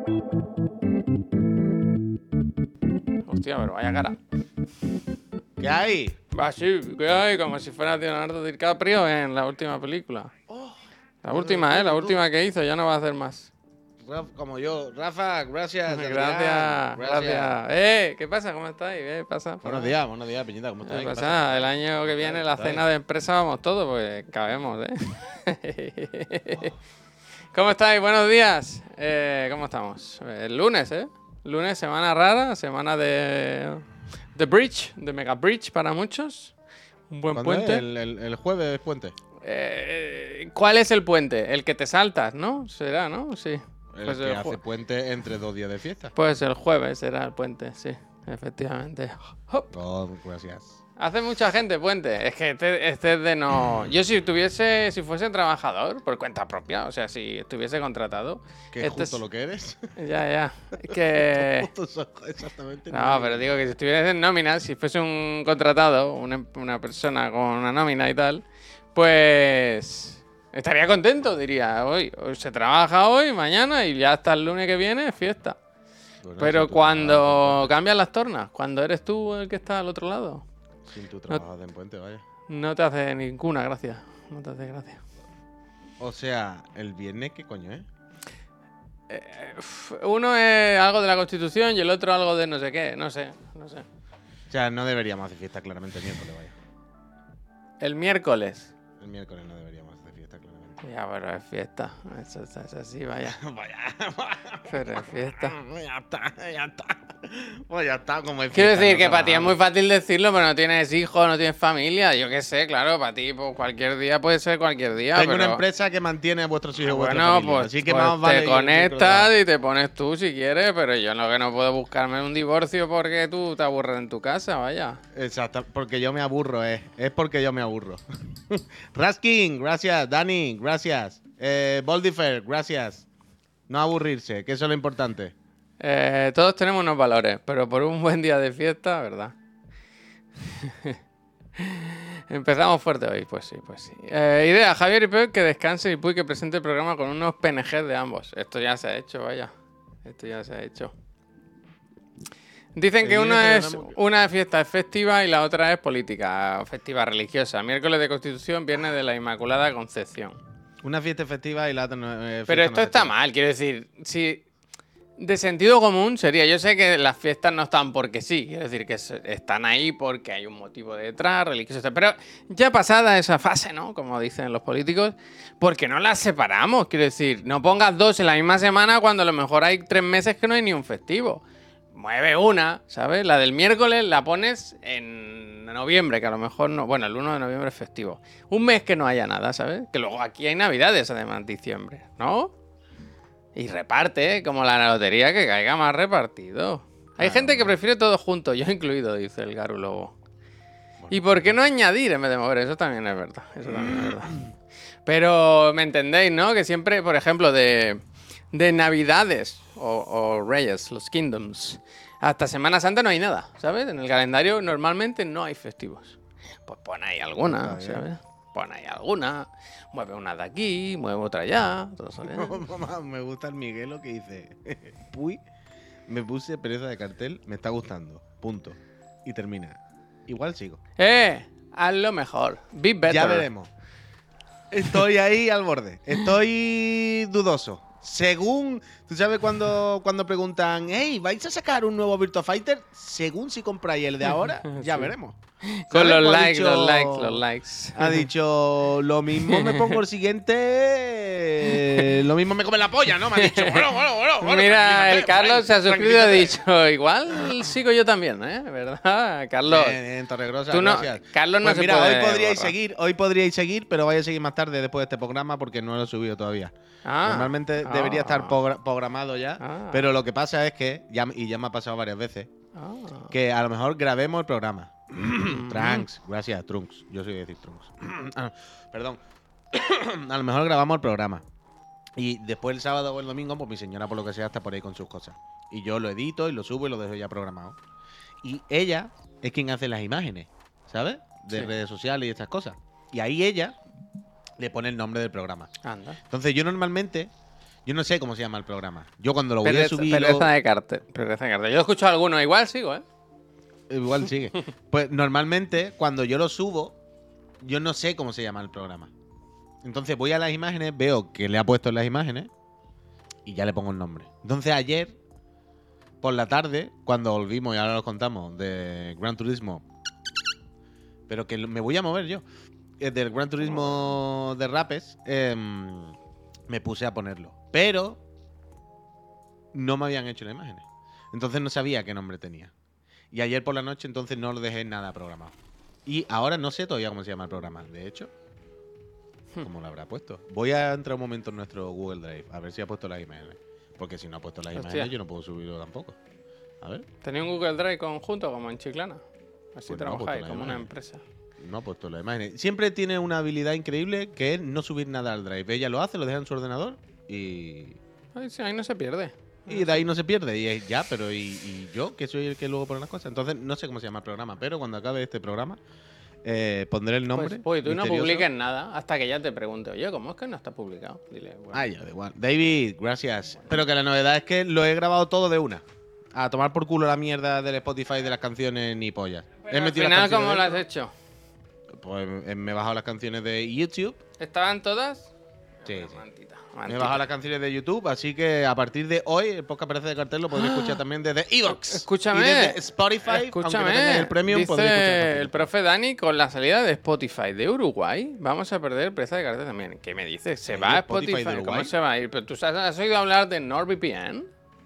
Hostia, pero vaya cara. ¿Qué hay? Va, sí, ¿qué hay? Como si fuera Leonardo DiCaprio en la última película. La última, la última que hizo, ya no va a hacer más. Como yo. Rafa, gracias. Adrián. Gracias. ¿Qué pasa? ¿Cómo estáis? Pasa. Buenos días, Peñita, ¿cómo estás? ¿Qué pasa? El año que viene, la cena de empresa, vamos todos, pues cabemos, ¿Cómo estáis? Buenos días. ¿Cómo estamos? El lunes, Lunes, semana rara, semana de Bridge, de Mega Bridge para muchos. Un buen puente. El jueves es puente. ¿Cuál es el puente? El que te saltas, ¿no? Será, ¿no? Sí. El que hace puente entre 2 días de fiesta. Pues el jueves será el puente, sí, efectivamente. Oh, gracias. Hace mucha gente puente. Es que este es de no. Yo si fuese trabajador por cuenta propia, o sea, si estuviese contratado. Que es justo lo que eres. Ya. Que. Exactamente. No, pero digo que si estuviese en nómina, si fuese un contratado, una persona con una nómina y tal, pues estaría contento, diría. Hoy se trabaja hoy, mañana y ya hasta el lunes que viene es fiesta. Bueno, pero cuando cambian las tornas, cuando eres tú el que está al otro lado. Sin tu trabajo en puente, vaya. No te hace ninguna gracia. No te hace gracia. O sea, el viernes, ¿qué coño es? Uno es algo de la Constitución y el otro algo de no sé qué. No sé. O sea, no deberíamos hacer fiesta claramente el miércoles, vaya. El miércoles. El miércoles no deberíamos hacer fiesta claramente. Ya, pero es fiesta. Eso es así, vaya. Vaya. Pero es fiesta. Ya está. Pues ya está, como es Quiero fiesta, decir no que para pasa ti es nada. muy fácil decirlo, pero no tienes hijos, no tienes familia. Yo qué sé, claro, para ti pues, cualquier día puede ser cualquier día. Tengo pero... una empresa que mantiene a vuestros hijos y vuestra bueno, familia, pues, así que pues más vale te conectas y te pones tú si quieres, pero yo lo que no puedo buscarme un divorcio porque tú te aburres en tu casa, vaya. Exacto, porque yo me aburro, es porque yo me aburro. Raskin, gracias. Dani, gracias. Boldifer, gracias. No aburrirse, que eso es lo importante. Todos tenemos unos valores, pero por un buen día de fiesta, ¿verdad? Empezamos fuerte hoy, pues sí. Idea, Javier y Pep que descanse y Puy que presente el programa con unos PNG de ambos. Esto ya se ha hecho, vaya. Dicen que una fiesta es festiva y la otra es política, festiva religiosa. Miércoles de Constitución, viernes de la Inmaculada Concepción. Una fiesta festiva y la otra no es. Pero esto está mal, quiero decir, si de sentido común sería, yo sé que las fiestas no están porque sí, quiero decir que están ahí porque hay un motivo detrás, religioso, pero ya pasada esa fase, ¿no? Como dicen los políticos, ¿por qué no las separamos? Quiero decir, no pongas dos en la misma semana cuando a lo mejor hay 3 meses que no hay ni un festivo. Mueve una, ¿sabes? La del miércoles la pones en noviembre, que a lo mejor no... Bueno, el 1 de noviembre es festivo. Un mes que no haya nada, ¿sabes? Que luego aquí hay navidades, además, diciembre, ¿no? Y reparte, como la lotería, que caiga más repartido. Hay gente que prefiere todo junto, yo incluido, dice el Garu Lobo. Bueno, ¿y por qué no añadir en vez de mover? Eso también es verdad. Pero me entendéis, ¿no? Que siempre, por ejemplo, de navidades o Reyes, los Kingdoms, hasta Semana Santa no hay nada, ¿sabes? En el calendario normalmente no hay festivos. Pues pon ahí alguna, ¿sabes? Pon ahí alguna, mueve una de aquí, mueve otra allá. Todo eso, me gusta el Miguelo que dice: Puy, me puse pereza de cartel, me está gustando. Punto. Y termina. Igual sigo. Hazlo mejor. Be better. Ya veremos. Estoy ahí al borde. Estoy dudoso. Según, tú sabes cuando preguntan, hey, ¿vais a sacar un nuevo Virtua Fighter? Según si compráis el de ahora, ya sí. Veremos. Con los likes. Ha dicho, lo mismo me pongo el siguiente, lo mismo me come la polla, ¿no? Me ha dicho, bueno. Mira, el Carlos se ha suscrito y ha dicho, igual sigo yo también, ¿verdad, Carlos? En Torregrosa, tú no, gracias. Carlos no pues se mira, puede hoy podríais seguir, pero vais a seguir más tarde después de este programa porque no lo he subido todavía. Normalmente debería estar programado ya, pero lo que pasa es que, ya me ha pasado varias veces, que a lo mejor grabemos el programa. Trunks, gracias, Trunks. Yo soy de decir Trunks. Perdón. A lo mejor grabamos el programa. Y después el sábado o el domingo, pues mi señora, por lo que sea, está por ahí con sus cosas. Y yo lo edito y lo subo y lo dejo ya programado. Y ella es quien hace las imágenes, ¿sabes? De redes sociales y estas cosas. Y ahí ella le pone el nombre del programa. Anda. Entonces yo Yo no sé cómo se llama el programa. Yo cuando lo voy a subir... Pereza de cartel. Yo he escuchado algunos, igual sigo, ¿eh? Igual sigue. Pues normalmente, cuando yo lo subo, yo no sé cómo se llama el programa. Entonces voy a las imágenes, veo que le ha puesto en las imágenes y ya le pongo el nombre. Entonces ayer, por la tarde, cuando volvimos, y ahora lo contamos, de Gran Turismo, pero que me voy a mover yo, del Gran Turismo de Rapes, me puse a ponerlo. Pero no me habían hecho las imágenes. Entonces no sabía qué nombre tenía. Y ayer por la noche entonces no lo dejé nada programado. Y ahora no sé todavía cómo se llama el programa. De hecho, ¿cómo lo habrá puesto? Voy a entrar un momento en nuestro Google Drive a ver si ha puesto las imágenes. Porque si no ha puesto las imágenes yo no puedo subirlo tampoco. A ver. ¿Tenía un Google Drive conjunto como en Chiclana? Así pues trabajáis como una empresa. No ha puesto las imágenes. Siempre tiene una habilidad increíble que es no subir nada al Drive. Ella lo hace, lo deja en su ordenador y... Ay, sí, ahí no se pierde. Y de ahí no se pierde. Y ya, pero ¿y yo? Que soy el que luego pone las cosas. Entonces no sé cómo se llama el programa. Pero cuando acabe este programa pondré el nombre. Pues tú no publiques nada hasta que ya te pregunte, oye, ¿cómo es que no está publicado? Dile, bueno. Ah, ya, da igual. David, gracias. Pero que la novedad es que lo he grabado todo de una. A tomar por culo la mierda del Spotify de las canciones ni pollas. Pero al final, ¿cómo lo has hecho? Pues me he bajado las canciones de YouTube. ¿Estaban todas? Sí, sí. Me he bajado las canciones de YouTube, así que a partir de hoy, el podcast Parece de Cartel lo podréis escuchar también desde Evox. Escúchame. Y desde Spotify, Escúchame. Aunque no el premium, dice el profe Dani, con la salida de Spotify de Uruguay, vamos a perder Presa de Cartel también. ¿Qué me dices? ¿Se va a Spotify? ¿Cómo se va a ir? ¿Pero tú has oído hablar de NordVPN?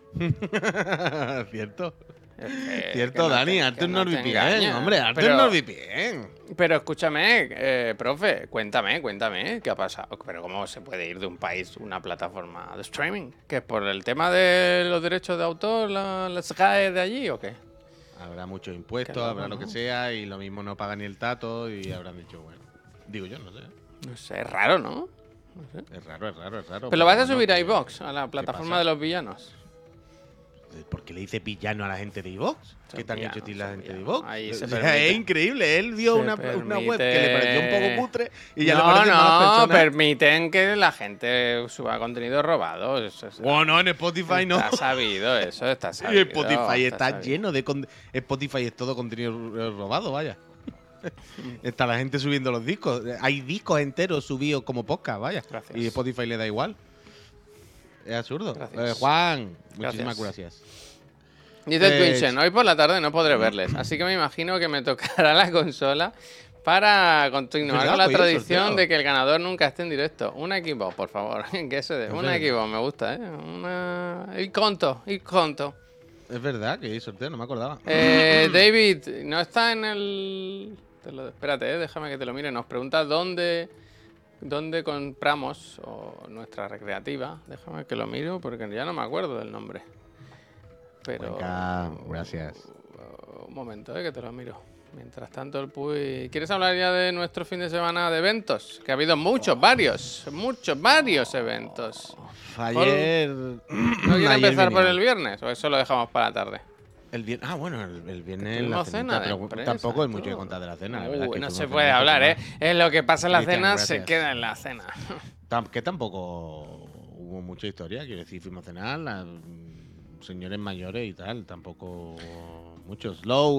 Cierto. Cierto, Dani, arte un NordVPN, hombre, arte un NordVPN. Pero escúchame, profe, cuéntame, ¿qué ha pasado? Pero ¿cómo se puede ir de un país una plataforma de streaming? ¿Que es por el tema de los derechos de autor, las SGAE de allí o qué? Habrá muchos impuestos, habrá lo que sea, y lo mismo no paga ni el tato, y habrán dicho, bueno, digo yo, no sé. No sé, es raro, ¿no? No sé. Es raro. ¿Pero lo vas a subir a iVox, a la plataforma de los villanos? ¿Por qué le dice villano a la gente de iVox? ¿Qué te han hecho a ti la gente de iVox? Es increíble. Él vio una web que le pareció un poco cutre y ya le parece malas personas. No, permiten que la gente suba contenido robado. Bueno, en Spotify no. Está sabido eso, está sabido. Y Spotify está lleno de... Spotify es todo contenido robado, vaya. Está la gente subiendo los discos. Hay discos enteros subidos como podcast, vaya. Gracias. Y Spotify le da igual. Es absurdo. Juan, muchísimas gracias. Dice Twitchen, hoy por la tarde no podré verles, así que me imagino que me tocará la consola para continuar con la tradición de que el ganador nunca esté en directo. Un equipo, por favor. Que se dé. Un equipo, me gusta, ¿eh? Ir conto. Es verdad que hay sorteo, no me acordaba. David, no está en el... Espérate, déjame que te lo mire. Nos pregunta dónde compramos nuestra recreativa. Déjame que lo miro porque ya no me acuerdo del nombre. Pero... Venga, gracias. Un momento, que te lo miro. Mientras tanto, el Puy... ¿Quieres hablar ya de nuestro fin de semana de eventos? Que ha habido varios eventos. Ayer... ¿No quieres empezar por el viernes o eso lo dejamos para la tarde? El viernes, el viernes la cena, pero tampoco hay mucho que contar de la cena. No se puede hablar, ¿eh? Es lo que pasa en la cena, se queda en la cena. Que tampoco hubo mucha historia, quiero decir, fuimos a cenar, señores mayores y tal, tampoco muchos.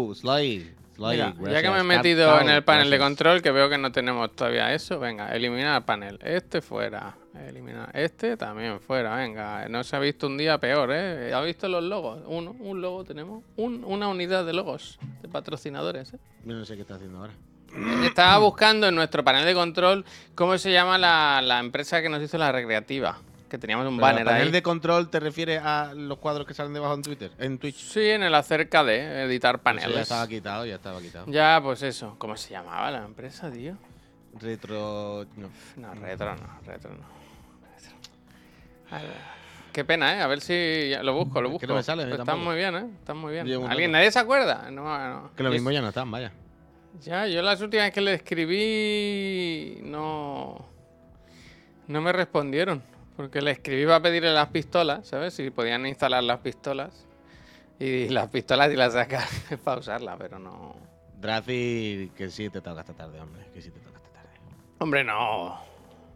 Mira, ya que me he metido en el panel de control, que veo que no tenemos todavía eso, venga, eliminar panel. Este fuera, eliminar este también fuera, venga. No se ha visto un día peor, ¿eh? ¿Ha visto los logos? Un logo tenemos, una unidad de logos de patrocinadores, ¿eh? Yo no sé qué está haciendo ahora. Estaba buscando en nuestro panel de control cómo se llama la empresa que nos hizo la recreativa. Que teníamos un banner ahí. ¿El panel de control te refieres a los cuadros que salen debajo en Twitch? Sí, en el acerca de editar paneles. Eso ya estaba quitado. Ya, pues eso. ¿Cómo se llamaba la empresa, tío? Retro... No, retro no. Qué pena, ¿eh? A ver si... Lo busco. Es que no me sale, pues están muy bien, ¿eh? Están muy bien. ¿Alguien? ¿Nadie se acuerda? No. Que lo mismo ya no están, vaya. Ya, yo las últimas que le escribí no me respondieron. Porque le escribí para pedirle las pistolas, ¿sabes? Si podían instalar las pistolas. Y las pistolas y las sacar para usarlas, pero no... Drazi, que sí te toca esta tarde, hombre. Que sí te toca esta tarde. Hombre, no.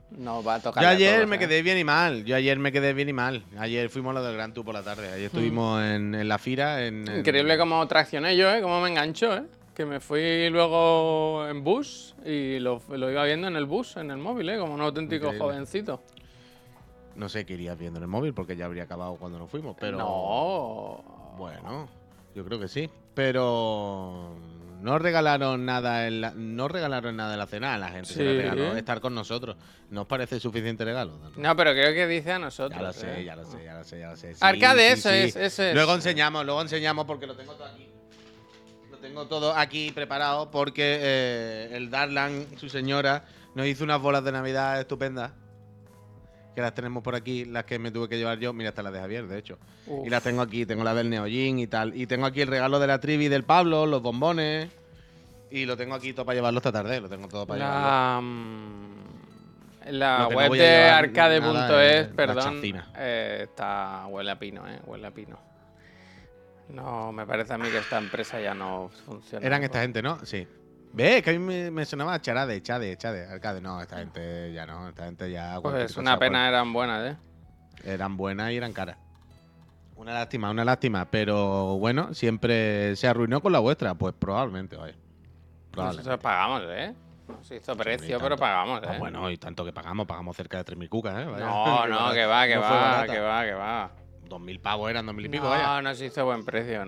No va a tocar. Yo ayer me quedé bien y mal. Ayer fuimos a lo del Gran Tour por la tarde. Ayer estuvimos en la fira. Increíble cómo traccioné yo, cómo me enganchó, que me fui luego en bus y lo iba viendo en el bus, en el móvil, como un auténtico jovencito. No sé qué irías viendo en el móvil porque ya habría acabado cuando nos fuimos, pero... No. Bueno, yo creo que sí. Pero no regalaron nada en la cena a la gente. Se le regaló estar con nosotros. ¿No os parece suficiente regalo? No, pero creo que dice a nosotros. Ya lo sé. Sí, Arcade, eso es. Luego enseñamos porque lo tengo todo aquí. Lo tengo todo aquí preparado porque el Darlan, su señora, nos hizo unas bolas de Navidad estupendas. Que las tenemos por aquí, las que me tuve que llevar yo. Mira, hasta las de Javier, de hecho. Y las tengo aquí, tengo la del Neojin y tal. Y tengo aquí el regalo de la Trivi del Pablo, los bombones. Y lo tengo aquí todo para llevarlo esta tarde. Lo tengo todo para llevarlo. La web de arcade.es, perdón, huele a pino, huele a pino. No, me parece a mí que esta empresa ya no funciona. Eran esta gente, ¿no? Sí. ¿Ves? Que a mí me sonaba Chade, Arcade. No, esta gente ya no. Esta gente ya... Pues es una pena, eran buenas, Eran buenas y eran caras. Una lástima. Pero bueno, siempre se arruinó con la vuestra. Pues probablemente, vaya. Nosotros pagamos, No se hizo precio, pero pagamos, Pues bueno, y tanto que pagamos cerca de 3.000 cucas, Vaya. No, que va. 2.000 pavos eran, 2.000 y pico, vaya. No se hizo buen precio,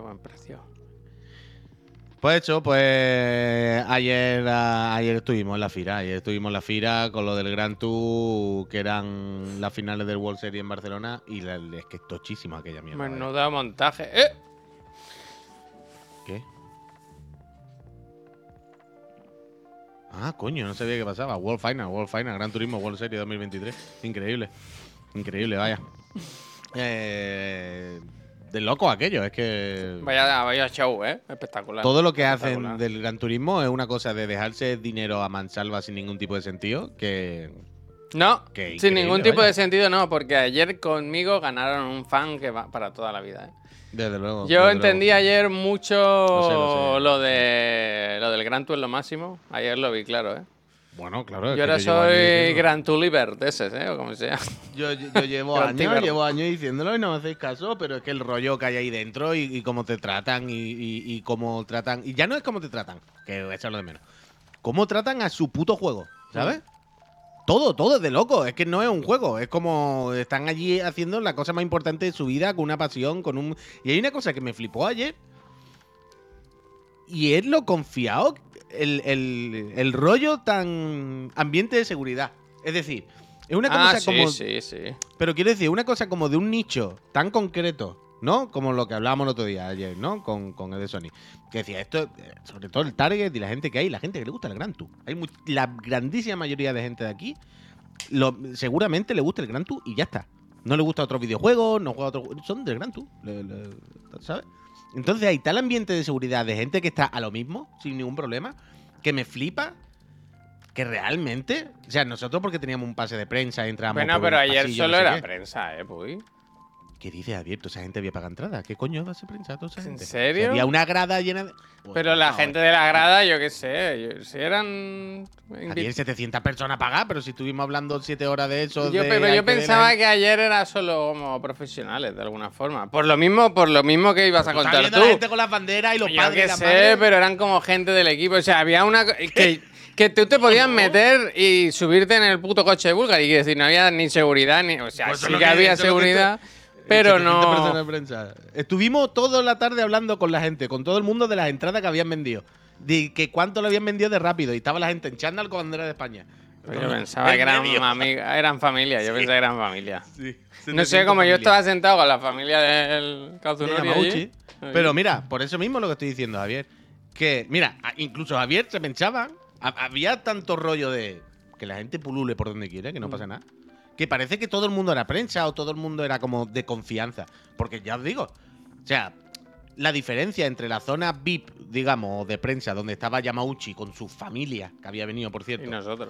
Pues hecho, ayer estuvimos en la fira con lo del Gran Tour, que eran las finales del World Series en Barcelona, y es que es tochísima aquella mierda. Menuda montaje. ¿Qué? Ah, coño, no sabía qué pasaba. World Final, Gran Turismo World Series 2023. Increíble, vaya. De loco aquello, es que... Vaya show, espectacular. Todo lo que hacen del Gran Turismo es una cosa de dejarse dinero a mansalva sin ningún tipo de sentido, que... No, sin ningún tipo de sentido no, porque ayer conmigo ganaron un fan que va para toda la vida, Desde luego. Yo entendí ayer mucho lo del Gran Tour, lo máximo. Ayer lo vi claro, Bueno, claro. Yo ahora soy Gran Tuliver de ese, o como sea. Yo llevo años diciéndolo y no me hacéis caso, pero es que el rollo que hay ahí dentro y cómo te tratan y cómo tratan... Y ya no es cómo te tratan, que eso es lo de menos. Cómo tratan a su puto juego, ¿sabes? Todo es de loco, es que no es un juego, es como están allí haciendo la cosa más importante de su vida con una pasión, Y hay una cosa que me flipó ayer, y es lo confiado, el rollo tan ambiente de seguridad. Es decir, es una cosa como... Sí. Pero quiero decir, una cosa como de un nicho tan concreto, ¿no? Como lo que hablábamos el otro día ayer, ¿no? Con el de Sony. Que decía, esto, sobre todo el target y la gente que la gente que le gusta el Gran Tour. La grandísima mayoría de gente de aquí seguramente le gusta el Gran Tour y ya está. No le gusta otros videojuegos, no juega otro... Son del Gran Tour, ¿sabes? Entonces hay tal ambiente de seguridad de gente que está a lo mismo, sin ningún problema, que me flipa que realmente... O sea, nosotros porque teníamos un pase de prensa, entramos... Bueno, pero ayer solo era prensa, Puy. ¿Qué dices, abierto? Esa gente había pagado entrada. ¿Qué coño va a ser prensa toda esa gente? ¿En serio? Había una grada llena de... Pero la gente de la grada, yo qué sé, si eran... Ayer 700 personas pagadas, pero si estuvimos hablando 7 horas de eso... Pero yo pensaba que ayer era solo como profesionales, de alguna forma. Por lo mismo que ibas a contar tú. La gente con las banderas y los padres y las madres. Pero eran como gente del equipo. O sea, había una... Que tú te podías meter y subirte en el puto coche de Bulgari. Y decir, no había ni seguridad, ni... O sea, pues sí que había seguridad... Pero no. Estuvimos toda la tarde hablando con la gente, con todo el mundo de las entradas que habían vendido. De que cuánto lo habían vendido de rápido. Y estaba la gente en chándal con bandera de España. Pero yo pensaba que eran familia. Yo pensaba que eran familia. Sí, no sé, como yo estaba sentado con la familia del Kazunori. Pero mira, por eso mismo lo que estoy diciendo, Javier. Que, mira, incluso Javier se pensaba. Había tanto rollo de que la gente pulule por donde quiera, que no pasa nada. Que parece que todo el mundo era prensa o todo el mundo era como de confianza. Porque ya os digo, o sea, la diferencia entre la zona VIP, digamos, de prensa, donde estaba Yamauchi con su familia, que había venido, por cierto. Y nosotros.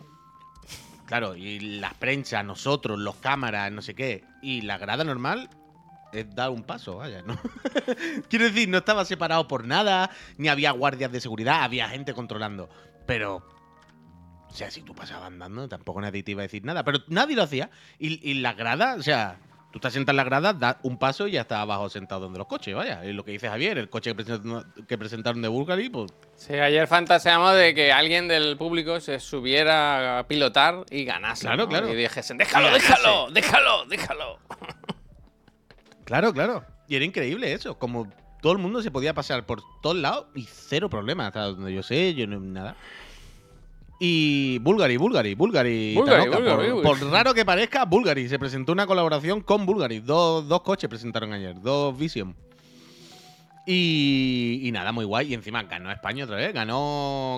Claro, y la prensa, nosotros, los cámaras, no sé qué. Y la grada normal es dar un paso, vaya, ¿no? Quiero decir, no estaba separado por nada, ni había guardias de seguridad, había gente controlando. Pero... O sea, si tú pasabas andando, tampoco nadie te iba a decir nada. Pero nadie lo hacía. Y las gradas, o sea, tú estás sentado en las gradas, das un paso y ya estás abajo sentado donde los coches, vaya. Es lo que dice Javier, el coche que presentaron de Bulgari, pues... Sí, ayer fantaseamos de que alguien del público se subiera a pilotar y ganase. Claro, ¿no? claro. Y dijesen, déjalo. Claro. Y era increíble eso. Como todo el mundo se podía pasar por todos lados y cero problemas. Hasta donde yo sé, yo no nada. Y Bulgari. Por raro que parezca, Bulgari. Se presentó una colaboración con Bulgari. Dos coches presentaron ayer. Dos Vision. Y nada, muy guay. Y encima ganó España otra vez. Ganó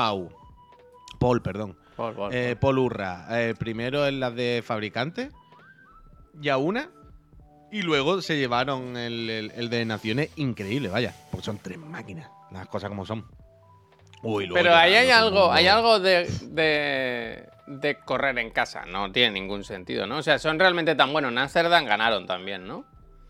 Paul, perdón. Paul Urra. Primero en las de fabricante. Ya una. Y luego se llevaron el de Naciones. Increíble, vaya. Porque son 3 máquinas. Las cosas como son. Pero ahí hay algo de correr en casa. No tiene ningún sentido, ¿no? O sea, son realmente tan buenos. En Amsterdam ganaron también, ¿no?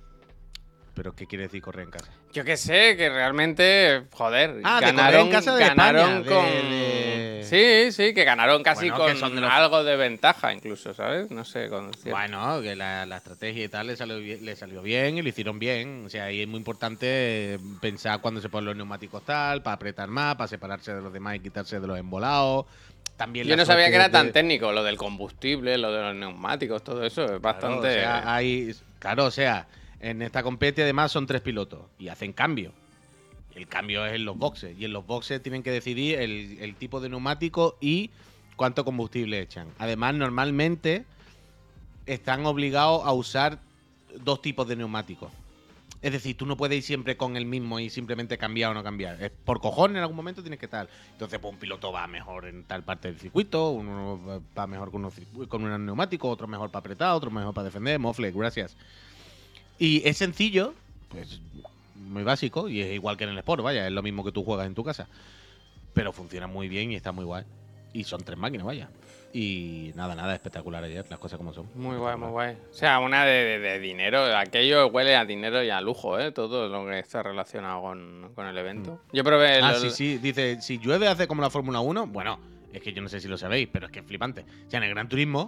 ¿Pero qué quiere decir correr en casa? Yo qué sé, que realmente, joder, ganaron en casa de ganaron España, con... Sí, que ganaron casi con algo de ventaja incluso, ¿sabes? No sé, con cierto... Bueno, que la estrategia y tal le salió bien y lo hicieron bien. O sea, ahí es muy importante pensar cuando se ponen los neumáticos tal, para apretar más, para separarse de los demás y quitarse de los embolados. También yo no sabía que era tan técnico, lo del combustible, lo de los neumáticos, todo eso es bastante... Claro, o sea, en esta competición además son 3 pilotos y hacen cambio. El cambio es en los boxes. Y en los boxes tienen que decidir el tipo de neumático y cuánto combustible echan. Además, normalmente están obligados a usar 2 tipos de neumáticos. Es decir, tú no puedes ir siempre con el mismo y simplemente cambiar o no cambiar. Es por cojones en algún momento tienes que estar. Entonces, pues un piloto va mejor en tal parte del circuito, uno va mejor con un neumático, otro mejor para apretar, otro mejor para defender. Mofle, gracias. Y es sencillo, pues muy básico, y es igual que en el Sport, vaya, es lo mismo que tú juegas en tu casa. Pero funciona muy bien y está muy guay. Y son 3 máquinas, vaya. Y nada, espectacular ayer, las cosas como son. Muy guay, muy guay. O sea, una de dinero, aquello huele a dinero y a lujo, todo lo que está relacionado con el evento. Yo probé sí, dice, si llueve hace como la Fórmula 1, bueno, es que yo no sé si lo sabéis, pero es que es flipante. O sea, en el Gran Turismo,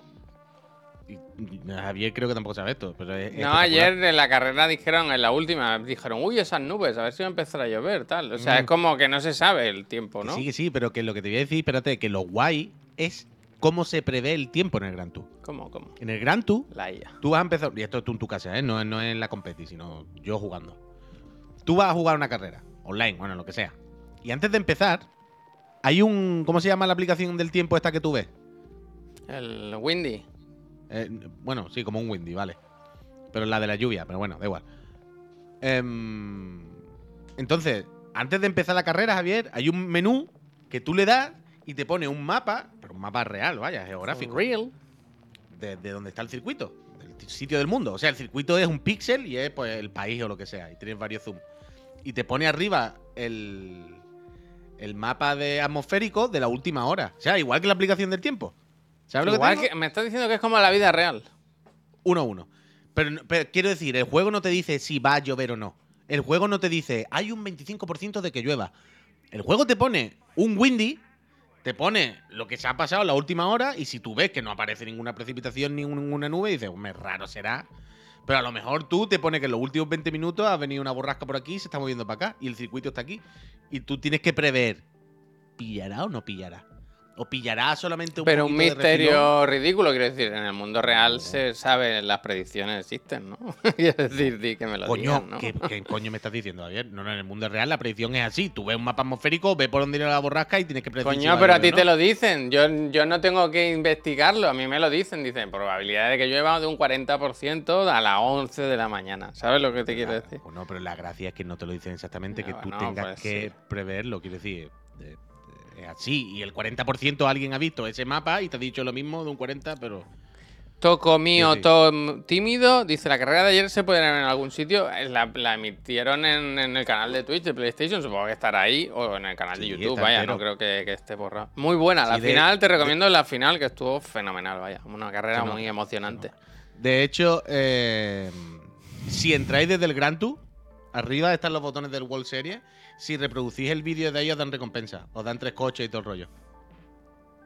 y Javier creo que tampoco sabe esto, pero no, ayer en la carrera en la última, dijeron, uy, esas nubes, a ver si va a empezar a llover, tal. O sea, es como que no se sabe el tiempo, ¿no? Sí, pero que lo que te voy a decir, espérate, que lo guay es cómo se prevé el tiempo en el Gran Tour. ¿Cómo? En el Gran Tour, la IA. Tú vas a empezar, y esto tú en tu casa, no en la competi, sino yo jugando. Tú vas a jugar una carrera, online, bueno, lo que sea. Y antes de empezar, hay ¿cómo se llama la aplicación del tiempo esta que tú ves? El Windy. Bueno, sí, como un Windy, vale. Pero la de la lluvia, pero bueno, da igual. Entonces, antes de empezar la carrera, Javier, hay un menú que tú le das y te pone un mapa, pero un mapa real, vaya, geográfico. Real. De donde está el circuito, del sitio del mundo. O sea, el circuito es un píxel y es pues el país o lo que sea. Y tienes varios zoom. Y te pone arriba el mapa de atmosférico de la última hora. O sea, igual que la aplicación del tiempo. ¿Sabes lo que te digo? Me estás diciendo que es como la vida real. 1-1. Pero quiero decir, el juego no te dice si va a llover o no. El juego no te dice, hay un 25% de que llueva. El juego te pone un Windy, te pone lo que se ha pasado en la última hora, y si tú ves que no aparece ninguna precipitación ni ninguna nube, dices, hombre, raro será. Pero a lo mejor tú te pones que en los últimos 20 minutos ha venido una borrasca por aquí y se está moviendo para acá, y el circuito está aquí. Y tú tienes que prever, ¿pillará o no pillará? ¿O pillará solamente un Pero un misterio de ridículo, quiero decir. En el mundo real se sabe, las predicciones existen, ¿no? Quiero decir, di que me lo digan, ¿no? ¿Qué coño me estás diciendo, Javier? No, en el mundo real la predicción es así. Tú ves un mapa atmosférico, ves por dónde viene la borrasca y tienes que predecir. Coño, pero a ti te lo dicen. Yo no tengo que investigarlo. A mí me lo dicen. Dicen, probabilidad de que llueva de un 40% a las 11 de la mañana. ¿Sabes lo que te quiero decir? Bueno, pero la gracia es que no te lo dicen exactamente, que tú tengas que preverlo. Quiero decir... Es así, y el 40% alguien ha visto ese mapa y te ha dicho lo mismo de un 40%, pero... Toco mío, sí. Todo tímido. Dice, la carrera de ayer se puede ver en algún sitio. La emitieron en el canal de Twitch de PlayStation, supongo que estará ahí, o en el canal de YouTube, vaya, no creo que esté borrado. Muy buena, la final, te recomiendo la final, que estuvo fenomenal, vaya. Una carrera muy emocionante. De hecho, si entráis desde el Gran Tour, arriba están los botones del World Series. Si reproducís el vídeo de ellos, dan recompensa. Os dan 3 coches y todo el rollo.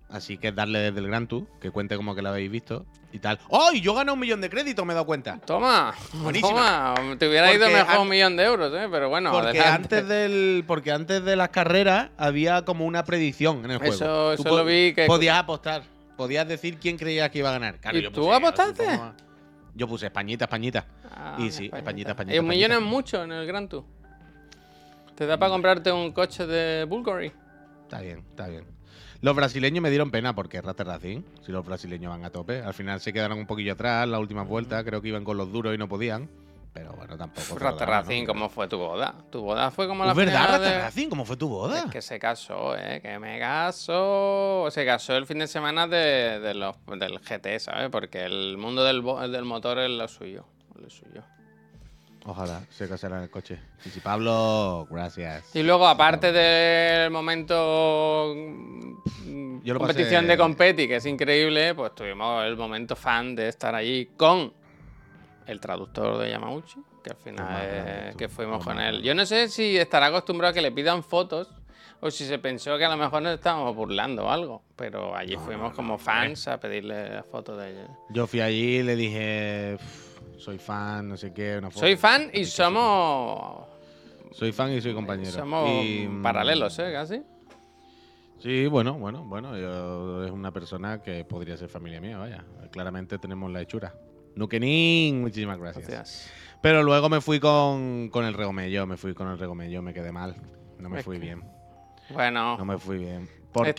Así que darle desde el Gran Tour, que cuente como que lo habéis visto y tal. ¡Oh! Y yo gané 1 millón de créditos, me he dado cuenta. Toma, Buenísima. toma. Te hubiera ido mejor 1 millón de euros, pero bueno. Porque antes de las carreras había como una predicción en el juego. Eso lo vi que. Podías apostar. Podías decir quién creías que iba a ganar. Claro, ¿Y tú apostaste? Yo puse Españita. Y sí, Españita. ¿Y 1 millón es mucho en el Gran Tour? ¿Te da para comprarte un coche de Bulgari? Está bien. Los brasileños me dieron pena porque Rata Racing, si los brasileños van a tope, al final se quedaron un poquillo atrás, las últimas vueltas, creo que iban con los duros y no podían. Pero bueno, tampoco. Rata Racing, ¿no? ¿Cómo fue tu boda? Tu boda fue como la final. ¿Es verdad, Rata Racing? ¿Cómo fue tu boda? Es que se casó, que me casó. Se casó el fin de semana del GT, ¿sabes? Porque el mundo del motor es lo suyo. Ojalá se casara en el coche. Sí, Pablo, gracias. Y luego, aparte del momento competición de competi, que es increíble, pues tuvimos el momento fan de estar allí con el traductor de Yamauchi, que al final que fuimos con él. Yo no sé si estará acostumbrado a que le pidan fotos o si se pensó que a lo mejor nos estábamos burlando o algo, pero allí fuimos como fans a pedirle fotos de ella. Yo fui allí y le dije... Soy fan, no sé qué, una foto. Soy fan y somos... Soy fan y soy compañero. Somos paralelos, casi. Sí, bueno. Es una persona que podría ser familia mía, vaya. Claramente tenemos la hechura. Nukenin, muchísimas gracias. Pero luego me fui con el regomello, me quedé mal. No me fui bien. Bueno. No me fui bien. Porque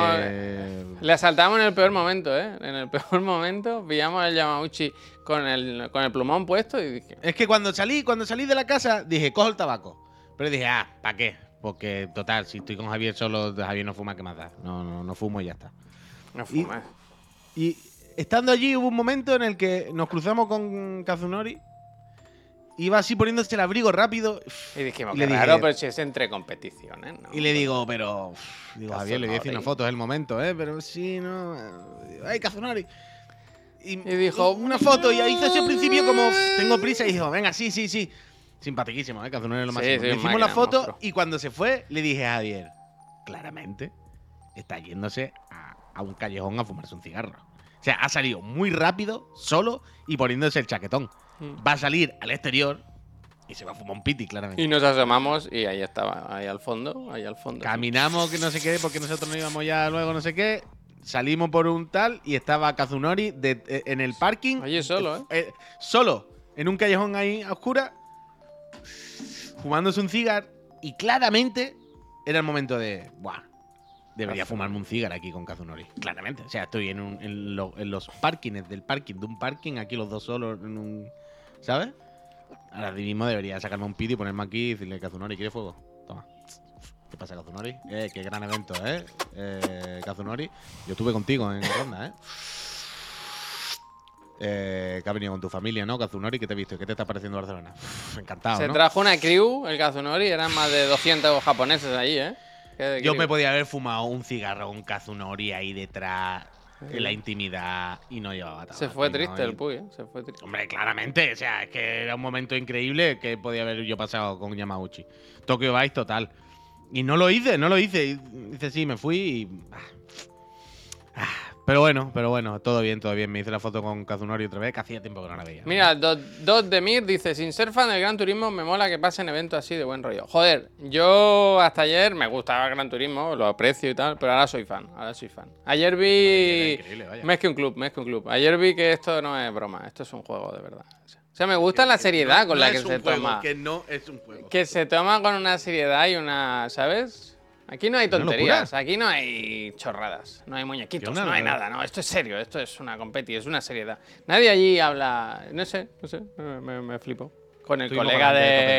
le asaltamos en el peor momento, En el peor momento pillamos el Yamauchi con el plumón puesto y dije... Es que cuando salí de la casa dije, cojo el tabaco. Pero dije, ¿para qué? Porque, total, si estoy con Javier solo, Javier no fuma, ¿qué más da? No fumo y ya está. No fumas. Y estando allí hubo un momento en el que nos cruzamos con Kazunori. Iba así poniéndose el abrigo rápido. Y dijimos, qué raro, pero si es entre competiciones, ¿no? Y le digo, Javier, le voy a decir una foto, es el momento, Pero sí, no. ¡Ay, Kazunori! Y dijo, una foto. Y ahí hizo ese principio como, tengo prisa. Y dijo, venga, sí. Simpaticísimo, Kazunori es lo máximo. Le hicimos la foto monstruo. Y cuando se fue, le dije a Javier, claramente, está yéndose a un callejón a fumarse un cigarro. O sea, ha salido muy rápido, solo, y poniéndose el chaquetón. Va a salir al exterior y se va a fumar un piti, claramente. Y nos asomamos y ahí estaba, ahí al fondo. Caminamos, que no sé qué, porque nosotros no íbamos ya luego, no sé qué. Salimos por un tal y estaba Kazunori en el parking. Allí solo, solo, en un callejón ahí a oscura, fumándose un cigarro. Y claramente era el momento de, debería fumarme un cigarro aquí con Kazunori. Claramente. O sea, estoy en los parkings del parking, de un parking, aquí los dos solos en un... ¿Sabes? Ahora mismo debería sacarme un piti y ponerme aquí y decirle, Kazunori, ¿quiere fuego? Toma. ¿Qué pasa, Kazunori? Qué gran evento, Kazunori. Yo estuve contigo en ronda, que ha venido con tu familia, ¿no, Kazunori? ¿Qué te he visto? ¿Qué te está pareciendo Barcelona? Encantado, Se trajo una crew, el Kazunori, eran más de 200 japoneses allí, Yo me podía haber fumado un cigarro con Kazunori ahí detrás, en la intimidad, y no llevaba tabaco. Se fue triste el Puy, Se fue triste. Hombre, claramente. O sea, es que era un momento increíble que podía haber yo pasado con Yamauchi. Tokyo Vice total. Y no lo hice. Y dice, sí, me fui y... Pero bueno, todo bien. Me hice la foto con Kazunori otra vez, que hacía tiempo que no la veía. Mira, Dos de Mir dice, sin ser fan del Gran Turismo, me mola que pasen eventos así de buen rollo. Joder, yo hasta ayer me gustaba el Gran Turismo, lo aprecio y tal, pero ahora soy fan. Ayer vi... Más que un club. Ayer vi que esto no es broma, esto es un juego de verdad. O sea, me gusta la seriedad con la que se toma. Que no es un juego. Que se toma con una seriedad y una, ¿sabes? Aquí no hay tonterías, aquí no hay chorradas, no hay muñequitos, no hay nada, no. Esto es serio, esto es una competi, es una seriedad. Nadie allí habla, no sé, me flipo. Con el colega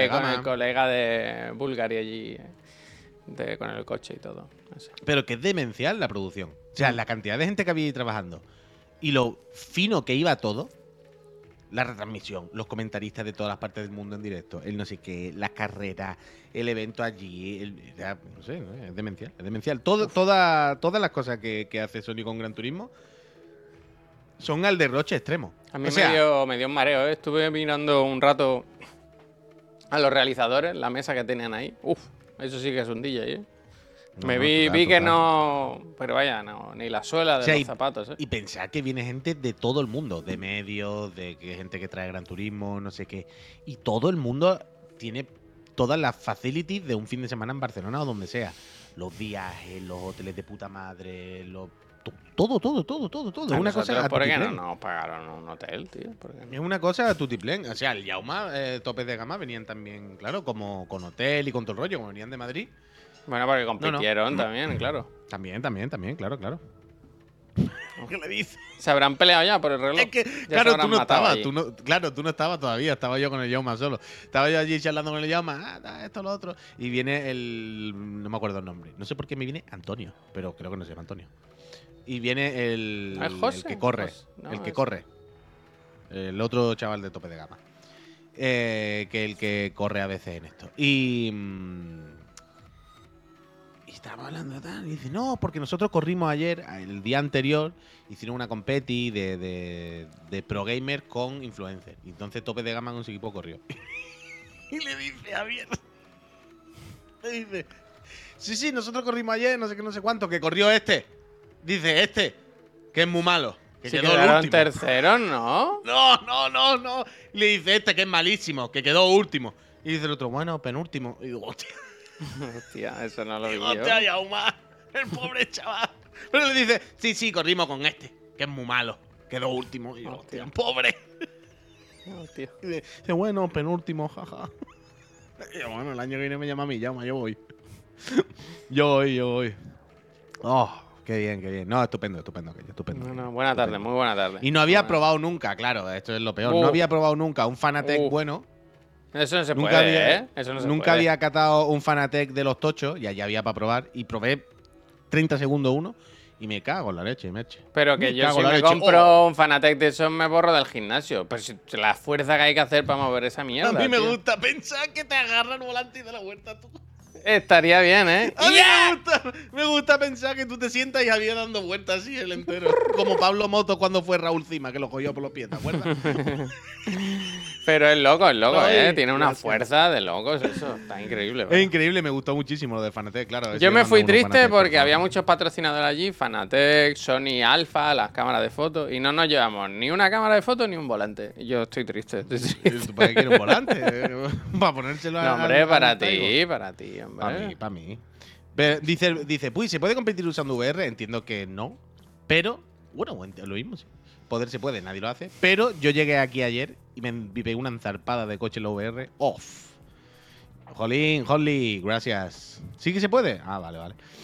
de Bulgari allí, con el coche y todo. No sé. Pero que es demencial la producción. O sea, la cantidad de gente que había ahí trabajando y lo fino que iba todo. La retransmisión, los comentaristas de todas las partes del mundo en directo, el no sé qué, las carreras, el evento allí, no sé, es demencial. Todas las cosas que hace Sony con Gran Turismo son al derroche extremo. A mí me dio un mareo, Estuve mirando un rato a los realizadores, la mesa que tenían ahí. Uf, eso sí que es un DJ, Vi que no. Pero vaya, no, ni la suela de los zapatos. Y pensar que viene gente de todo el mundo, de medios, gente que trae Gran Turismo, no sé qué. Y todo el mundo tiene todas las facilities de un fin de semana en Barcelona o donde sea. Los viajes, los hoteles de puta madre, todo. Es una cosa. ¿Por qué no nos pagaron un hotel, tío? Es una cosa tutiplén. O sea, el Yauma, topes de gama, venían también, claro, como con hotel y con todo el rollo, como venían de Madrid. Bueno, porque compitieron también, claro. También, claro. ¿Qué le dices? Se habrán peleado ya por el reloj. Es que, claro, tú no estabas. Tú no estabas todavía. Estaba yo con el Yauma solo. Estaba yo allí charlando con el Yauma. Esto, lo otro. Y viene no me acuerdo el nombre. No sé por qué me viene Antonio. Pero creo que no se llama Antonio. Y viene el que corre. Corre. El otro chaval de tope de gama. Que el que corre a veces en esto. Y estaba hablando de tal, y dice, no, porque nosotros corrimos ayer, el día anterior, hicieron una competi de pro gamer con influencers. Y entonces tope de gama con su equipo corrió. Y le dice a Javier, le dice, sí, nosotros corrimos ayer, no sé qué, no sé cuánto, que corrió Dice que es muy malo. Que quedó el último. Tercero, ¿no? No. Le dice que es malísimo, que quedó último. Y dice el otro, bueno, penúltimo. Y digo, hostia. Hostia, eso no lo vi yo. Hostia, Yauma, el pobre chaval. Pero le dice, sí, corrimos con que es muy malo. Quedó último. Y digo, hostia, pobre. Hostia. Y dice, bueno, penúltimo, jaja. Y yo, bueno, el año que viene me llama a mí, Yauma, yo voy. Yo voy. Oh, qué bien. No, estupendo. No, buena tarde, muy buena tarde. Y no había probado nunca, claro, esto es lo peor. No había probado nunca un Fanatec bueno. Eso no se puede, ¿eh? Eso no se nunca puede. Había catado un Fanatec de los tochos y allá había para probar. Y probé 30 segundos uno y me cago en la leche, Merche. Pero que yo si me compro un Fanatec de esos me borro del gimnasio. Pero si la fuerza que hay que hacer para mover esa mierda. A mí me gusta pensar que te agarra el volante y de la vuelta tú. Estaría bien, ¿eh? A mí me gusta pensar que tú te sientas y había dando vueltas así el entero. Como Pablo Moto cuando fue Raúl Cima, que lo cogió por los pies, ¿te acuerdas? Pero es loco, ¿eh? Tiene una fuerza de locos eso. Está increíble. Es increíble, me gustó muchísimo lo de Fanatec, claro. Yo me fui triste porque había muchos patrocinadores allí. Fanatec, Sony Alpha, las cámaras de fotos. Y no nos llevamos ni una cámara de fotos ni un volante. Y yo estoy triste. ¿Tú para qué quieres un volante? ¿Para ponérselo no, hombre, para ti, hombre. Para mí. Dice, pues, ¿se puede competir usando VR? Entiendo que no. Pero, bueno, lo mismo, sí. Poder se puede, nadie lo hace. Pero yo llegué aquí ayer y me pegué una enzarpada de coche en la VR. ¡Off! Holly, gracias. ¿Sí que se puede? Ah, vale.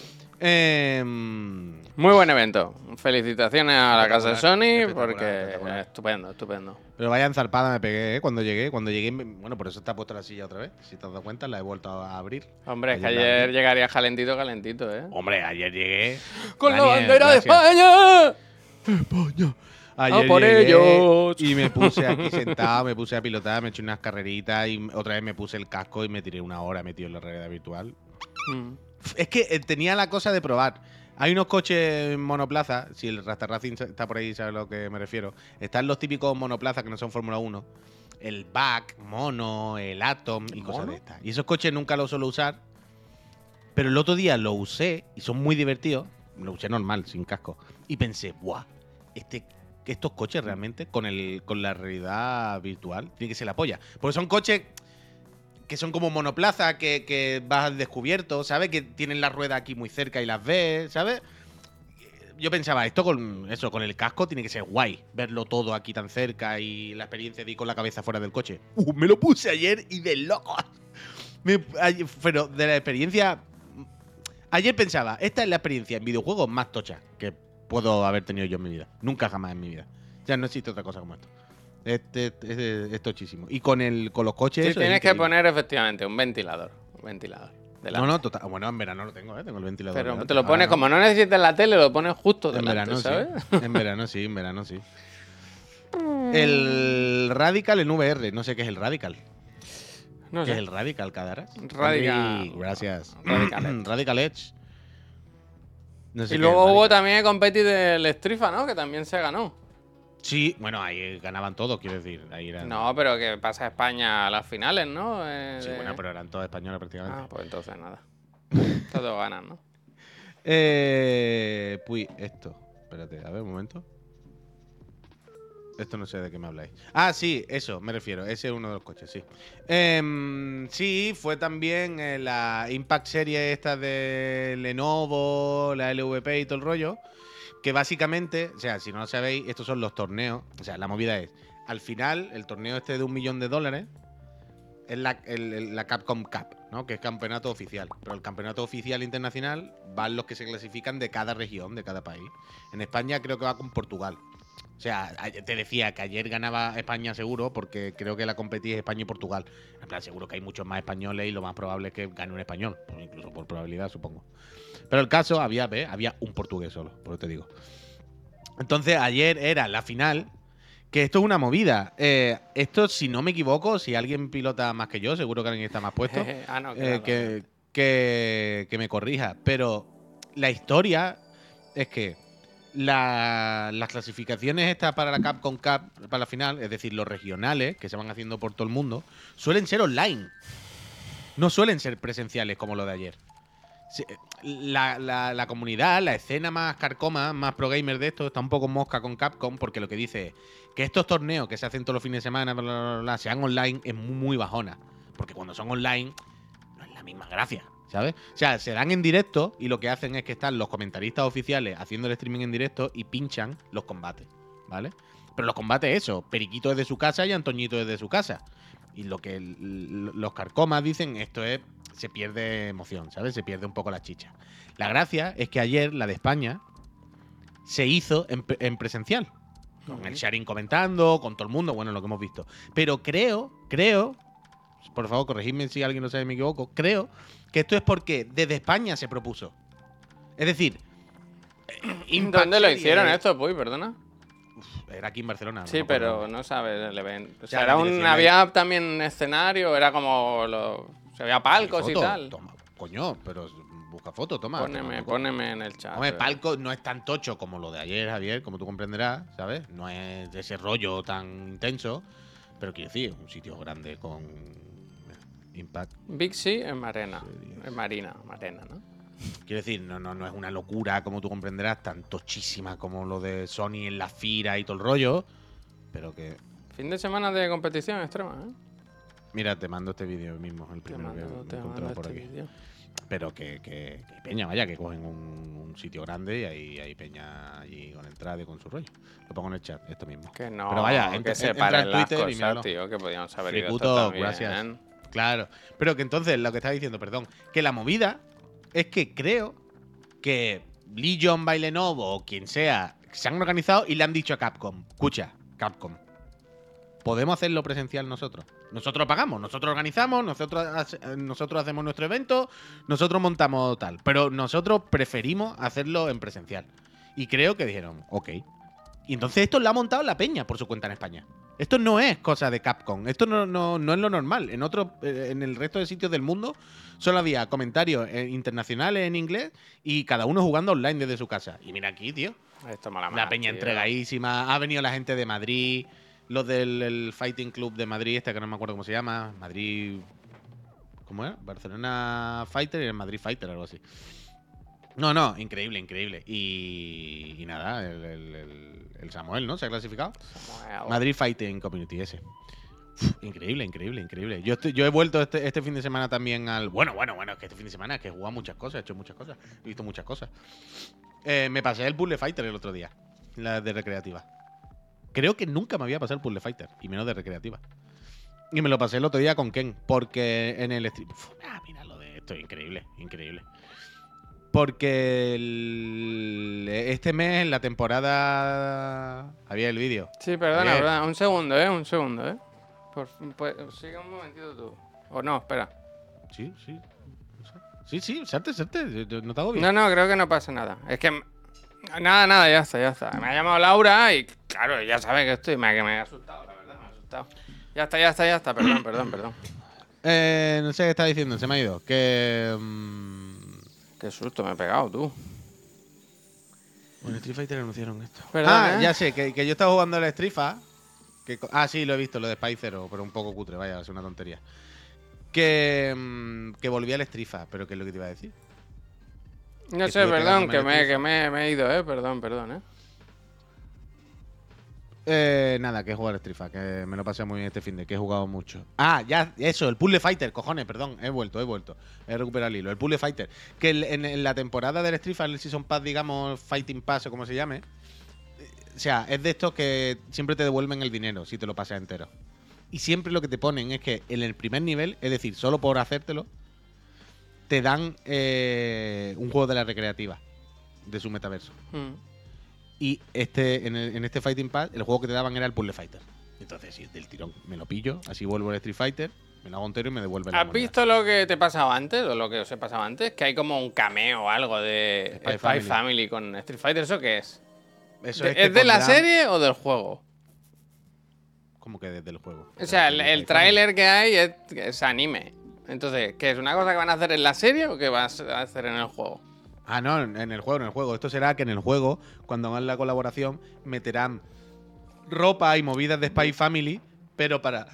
Muy buen evento. Felicitaciones a la casa de Sony porque estupendo. Pero vaya enzarpada me pegué, cuando llegué. Bueno, por eso está puesta la silla otra vez. Si te has dado cuenta, la he vuelto a abrir. Hombre, es que ayer llegaría calentito, ¿eh? Hombre, ayer llegué. ¡Con la bandera de España! ¡España! Ayer por ellos. Y me puse aquí sentado, me puse a pilotar, me eché unas carreritas y otra vez me puse el casco y me tiré una hora metido en la realidad virtual. Es que tenía la cosa de probar. Hay unos coches monoplaza, si el Rasta Racing está por ahí, ¿sabes a lo que me refiero? Están los típicos monoplazas que no son Fórmula 1. El BAC, Mono, el Atom y cosas de estas. Y esos coches nunca los suelo usar. Pero el otro día lo usé y son muy divertidos. Lo usé normal, sin casco. Y pensé, ¡buah! Estos coches realmente con la realidad virtual tiene que ser la polla. Porque son coches que son como monoplaza, que vas al descubierto, ¿sabes? Que tienen la rueda aquí muy cerca y las ves, ¿sabes? Yo pensaba, esto con el casco tiene que ser guay. Verlo todo aquí tan cerca y la experiencia de ir con la cabeza fuera del coche. Me lo puse ayer y de locos. Pero de la experiencia... Ayer pensaba, esta es la experiencia en videojuegos más tocha que puedo haber tenido yo en mi vida. Nunca jamás en mi vida. Ya no existe otra cosa como esto. Es tochísimo. Y con los coches... Sí, tienes que poner efectivamente un ventilador. No, total. Bueno, en verano lo tengo, Tengo el ventilador. Pero delante. Te lo pones, como no necesitas la tele, lo pones justo delante, ¿sabes? Sí. En verano sí. El Radical en VR. No sé qué es el Radical. No sé. ¿Qué es el Radical, Cadaras? Radical. Gracias. Radical Edge. No sé y luego hubo también el competi del Strifa, ¿no? Que también se ganó. Sí, bueno, ahí ganaban todos, quiero decir. Ahí eran... No, pero que pasa España a las finales, ¿no? Sí, bueno, pero eran todos españoles prácticamente. Ah, pues entonces nada. Todos ganan, ¿no? Pues esto. Espérate, a ver, un momento. Esto no sé de qué me habláis. Ah, sí, eso, me refiero. Ese es uno de los coches, sí. Sí, fue también la Impact Serie esta de Lenovo, la LVP y todo el rollo. Que básicamente, o sea, si no lo sabéis, estos son los torneos. O sea, la movida es, al final, el torneo este de $1.000.000 es la Capcom Cup, ¿no? Que es campeonato oficial. Pero el campeonato oficial internacional van los que se clasifican de cada región, de cada país. En España creo que va con Portugal. O sea, te decía que ayer ganaba España seguro, porque creo que la competía España y Portugal. En plan, seguro que hay muchos más españoles y lo más probable es que gane un español, incluso por probabilidad, supongo. Pero el caso, había un portugués solo, por eso te digo. Entonces, ayer era la final, que esto es una movida. Esto, si no me equivoco, si alguien pilota más que yo, seguro que alguien está más puesto, no, claro, que me corrija. Pero la historia es que las clasificaciones estas para la Capcom Cup, para la final, es decir, los regionales que se van haciendo por todo el mundo, suelen ser online. No suelen ser presenciales como lo de ayer. La comunidad, la escena más carcoma, más pro gamer de esto, está un poco mosca con Capcom porque lo que dice es que estos torneos que se hacen todos los fines de semana, sean online, es muy bajona. Porque cuando son online, no es la misma gracia, ¿sabes? O sea, se dan en directo y lo que hacen es que están los comentaristas oficiales haciendo el streaming en directo y pinchan los combates, ¿vale? Pero los combates, eso, Periquito es de su casa y Antoñito es de su casa. Y lo que los carcomas dicen, esto es, se pierde emoción, ¿sabes? Se pierde un poco la chicha. La gracia es que ayer, la de España, se hizo en presencial. Con el sharing comentando, con todo el mundo, bueno, lo que hemos visto. Pero creo, por favor, corregidme si alguien lo sabe, me equivoco, creo que esto es porque desde España se propuso. Es decir, ¿dónde lo hicieron esto, Puy? Perdona. Era aquí en Barcelona. Sí, pero no sabes el evento. O sea, había también un escenario, era como se veía palcos y tal. Toma, coño, pero busca fotos, toma. Póneme en el chat. Hombre, palco no es tan tocho como lo de ayer, Javier, como tú comprenderás, ¿sabes? No es de ese rollo tan intenso, pero quiero decir, un sitio grande con Impact. Big C en Marina, ¿no? Quiero decir, no es una locura, como tú comprenderás, tan tochísima como lo de Sony en la FIRA y todo el rollo, pero que... Fin de semana de competición extrema, ¿eh? Mira, te mando este vídeo mismo, el primero que he encontrado por aquí. Video. Pero que peña, vaya, que cogen un sitio grande y hay peña allí con entrada y con su rollo. Lo pongo en el chat, esto mismo. Que no, pero vaya, que se paren las cosas, tío, que podíamos haber ido esto también. Gracias. Claro, pero que entonces, lo que estaba diciendo, perdón, que la movida es que creo que Legion, by Lenovo o quien sea, se han organizado y le han dicho a Capcom, escucha, Capcom, podemos hacerlo presencial nosotros. Nosotros pagamos, nosotros organizamos, nosotros hacemos nuestro evento, nosotros montamos tal. Pero nosotros preferimos hacerlo en presencial. Y creo que dijeron, ok. Y entonces esto lo ha montado la peña por su cuenta en España. Esto no es cosa de Capcom. Esto no es lo normal. En el resto de sitios del mundo solo había comentarios internacionales en inglés y cada uno jugando online desde su casa. Y mira aquí, tío. Esto mola más, la peña tío. Entregadísima. Ha venido la gente de Madrid. Los del Fighting Club de Madrid, que no me acuerdo cómo se llama. Madrid. ¿Cómo era? Barcelona Fighter y el Madrid Fighter, algo así. No, increíble, increíble. Y nada, el Samuel, ¿no? Se ha clasificado. Samuel. Madrid Fighting Community, ese. Increíble, increíble, increíble. Yo he vuelto este fin de semana también al. Bueno, es que este fin de semana es que he jugado muchas cosas, he hecho muchas cosas, he visto muchas cosas. Me pasé el Puzzle Fighter el otro día, la de recreativa. Creo que nunca me había pasado el Puzzle Fighter, y menos de recreativa. Y me lo pasé el otro día con Ken, porque en el stream. Mira lo de esto, increíble, increíble. Porque este mes, en la temporada. Había el vídeo. Sí, perdona, un segundo, un segundo, sigue un momentito tú. O no, espera. Sí, salte, no te hago bien. No, creo que no pasa nada. Es que. Nada, ya está. Me ha llamado Laura y, claro, ya sabe que estoy. Me ha asustado, la verdad, me ha asustado. Ya está, perdón. No sé qué está diciendo, se me ha ido. Que. Qué susto me he pegado, tú. Bueno, Street Fighter anunciaron esto. Perdón, ya sé, que yo estaba jugando el Street Fighter. Sí, lo he visto, lo de Spy Zero, pero un poco cutre, vaya, es una tontería. Que volvía al Street Fighter, pero ¿qué es lo que te iba a decir? No sé, perdón, que me he ido, perdón, Nada, que he jugado al Street Fighter, que me lo pasé muy bien este fin de que he jugado mucho. Ah, ya, eso, el Puzzle Fighter, cojones, perdón, he vuelto. He recuperado el hilo. El Puzzle Fighter, que en la temporada del Street Fighter, el Season Pass, digamos, Fighting Pass o como se llame, o sea, es de estos que siempre te devuelven el dinero si te lo pasas entero. Y siempre lo que te ponen es que en el primer nivel, es decir, solo por hacértelo, te dan un juego de la recreativa de su metaverso. Y en este Fighting Pass, el juego que te daban era el Puzzle Fighter. Entonces, sí, del tirón, me lo pillo, así vuelvo al Street Fighter, me lo hago entero y me devuelven la ¿Has moneda. visto lo que te pasaba antes o lo que os he pasado antes? Que hay como un cameo o algo de Spy Family con Street Fighter. ¿Eso qué es? Eso ¿Es de la serie o del juego? ¿Cómo que desde el juego? O sea, el tráiler que hay es anime. Entonces, ¿qué es una cosa que van a hacer en la serie o que vas a hacer en el juego? Ah, no, en el juego. Esto será que en el juego, cuando hagan la colaboración, meterán ropa y movidas de Spy Family, pero para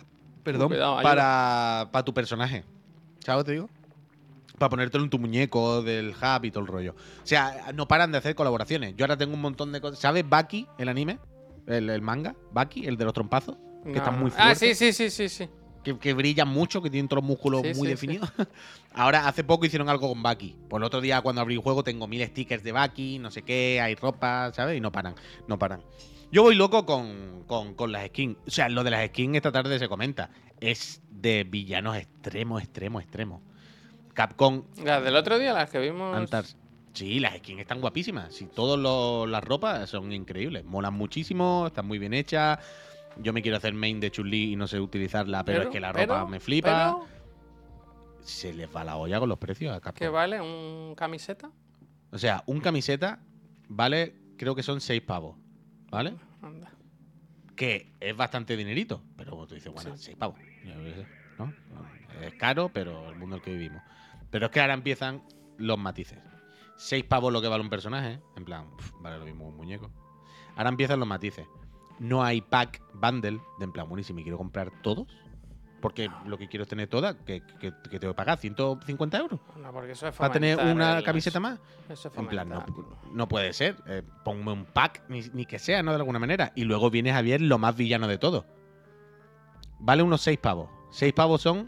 tu personaje. ¿Sabes lo que te digo? Para ponértelo en tu muñeco del hub y todo el rollo. O sea, no paran de hacer colaboraciones. Yo ahora tengo un montón de cosas. ¿Sabes Baki, el anime? El manga, Baki, el de los trompazos. Que está muy fuerte. Ah, sí. Que brillan mucho, que tienen todos los músculos muy definidos. Sí. Ahora, hace poco hicieron algo con Baki. Pues el otro día, cuando abrí el juego, tengo 1000 stickers de Baki, no sé qué, hay ropa, ¿sabes? Y no paran. Yo voy loco con las skins. O sea, lo de las skins esta tarde se comenta. Es de villanos extremos. Capcom. Las del otro día, las que vimos. Sí, las skins están guapísimas. Sí, todas las ropas son increíbles. Molan muchísimo, están muy bien hechas. Yo me quiero hacer main de Chun-Li y no sé utilizarla, pero es que la ropa me flipa. Se les va la olla con los precios a Capcom. ¿Qué vale un camiseta? O sea, un camiseta vale, creo que son 6 pavos, ¿vale? Anda. Que es bastante dinerito, pero tú dices, bueno, 6 pavos, ¿no? Es caro, pero el mundo en el que vivimos. Pero es que ahora empiezan los matices. 6 pavos lo que vale un personaje, en plan, vale lo mismo un muñeco. Ahora empiezan los matices. No hay pack bundle de en plan, bueno, y si me quiero comprar todos, porque lo que quiero es tener todas, que tengo que pagar 150 euros. No, porque eso es para tener una camiseta más. Eso es en plan, no puede ser. Ponme un pack, ni que sea, ¿no? De alguna manera. Y luego viene Javier, lo más villano de todo. Vale unos 6 pavos. 6 pavos son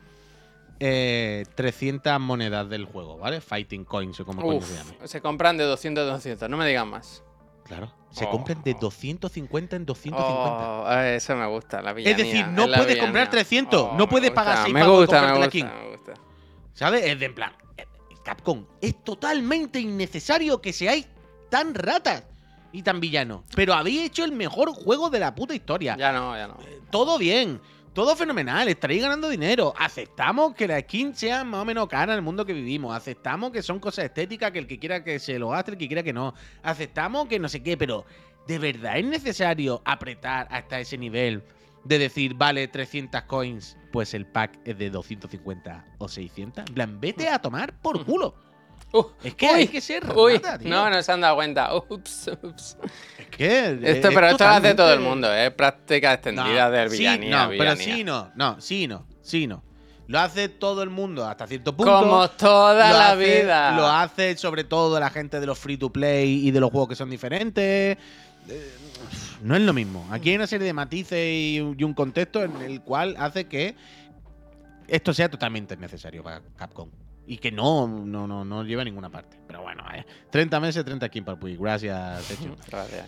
300 monedas del juego, ¿vale? Fighting coins o como coño se llame. Se compran de 200 a 200, no me digan más. Claro. Se compran de 250 en 250. Eso me gusta, la villanía. Es decir, no puedes comprar 300. No puedes pagar 6 me pavos gusta, por comprarte me la gusta, skin. me gusta. ¿Sabes? Es de en plan, Capcom, es totalmente innecesario que seáis tan ratas y tan villanos. Pero habéis hecho el mejor juego de la puta historia. Ya no. Todo bien. Todo fenomenal, estaréis ganando dinero. Aceptamos que la skin sea más o menos cara en el mundo que vivimos. Aceptamos que son cosas estéticas, que el que quiera que se lo gaste, el que quiera que no. Aceptamos que no sé qué, pero ¿de verdad es necesario apretar hasta ese nivel de decir, vale, 300 coins, pues el pack es de 250 o 600? En plan, vete a tomar por culo. Es que hay que ser rata, tío. No se han dado cuenta. Ups. Es que esto lo hace todo el mundo, es práctica extendida del villanía. Pero sí, no. Lo hace todo el mundo hasta cierto punto. Como toda la vida. Lo hace sobre todo la gente de los free to play y de los juegos que son diferentes. No es lo mismo. Aquí hay una serie de matices y un contexto en el cual hace que esto sea totalmente innecesario para Capcom. Y que no lleva a ninguna parte. Pero bueno, 30 meses, 30 skins para el Puy. Gracias, Techo. Gracias.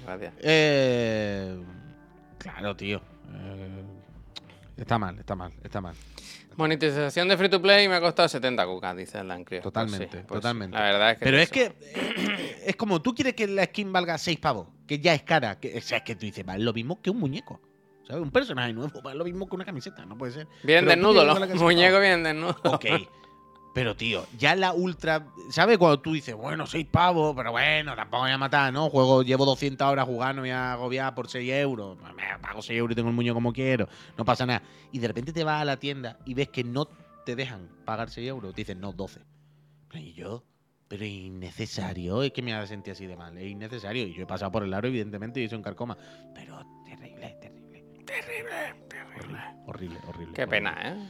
Claro, tío. Está mal. Monetización de free to play me ha costado 70 cucas, dice el Lancrio. Totalmente. La verdad es que. Pero es que es como tú quieres que la skin valga 6 pavos, que ya es cara. O sea, es que tú dices, vale lo mismo que un muñeco. ¿Sabes? Un personaje nuevo vale lo mismo que una camiseta. No puede ser. Bien desnudo, los muñecos bien desnudos. Ok. Pero, tío, ya la ultra. ¿Sabes? Cuando tú dices, bueno, 6 pavos, pero bueno, tampoco voy a matar, ¿no? Llevo 200 horas jugando, me voy a agobiar por 6 euros. Me pago 6 euros y tengo el muñeco como quiero. No pasa nada. Y de repente te vas a la tienda y ves que no te dejan pagar 6 euros. Te dicen, no, 12. Y yo, pero es innecesario. Es que me hace sentir así de mal. Es innecesario. Y yo he pasado por el aro, evidentemente, y soy un carcoma. Pero terrible. Terrible. Horrible. Qué pena, ¿eh?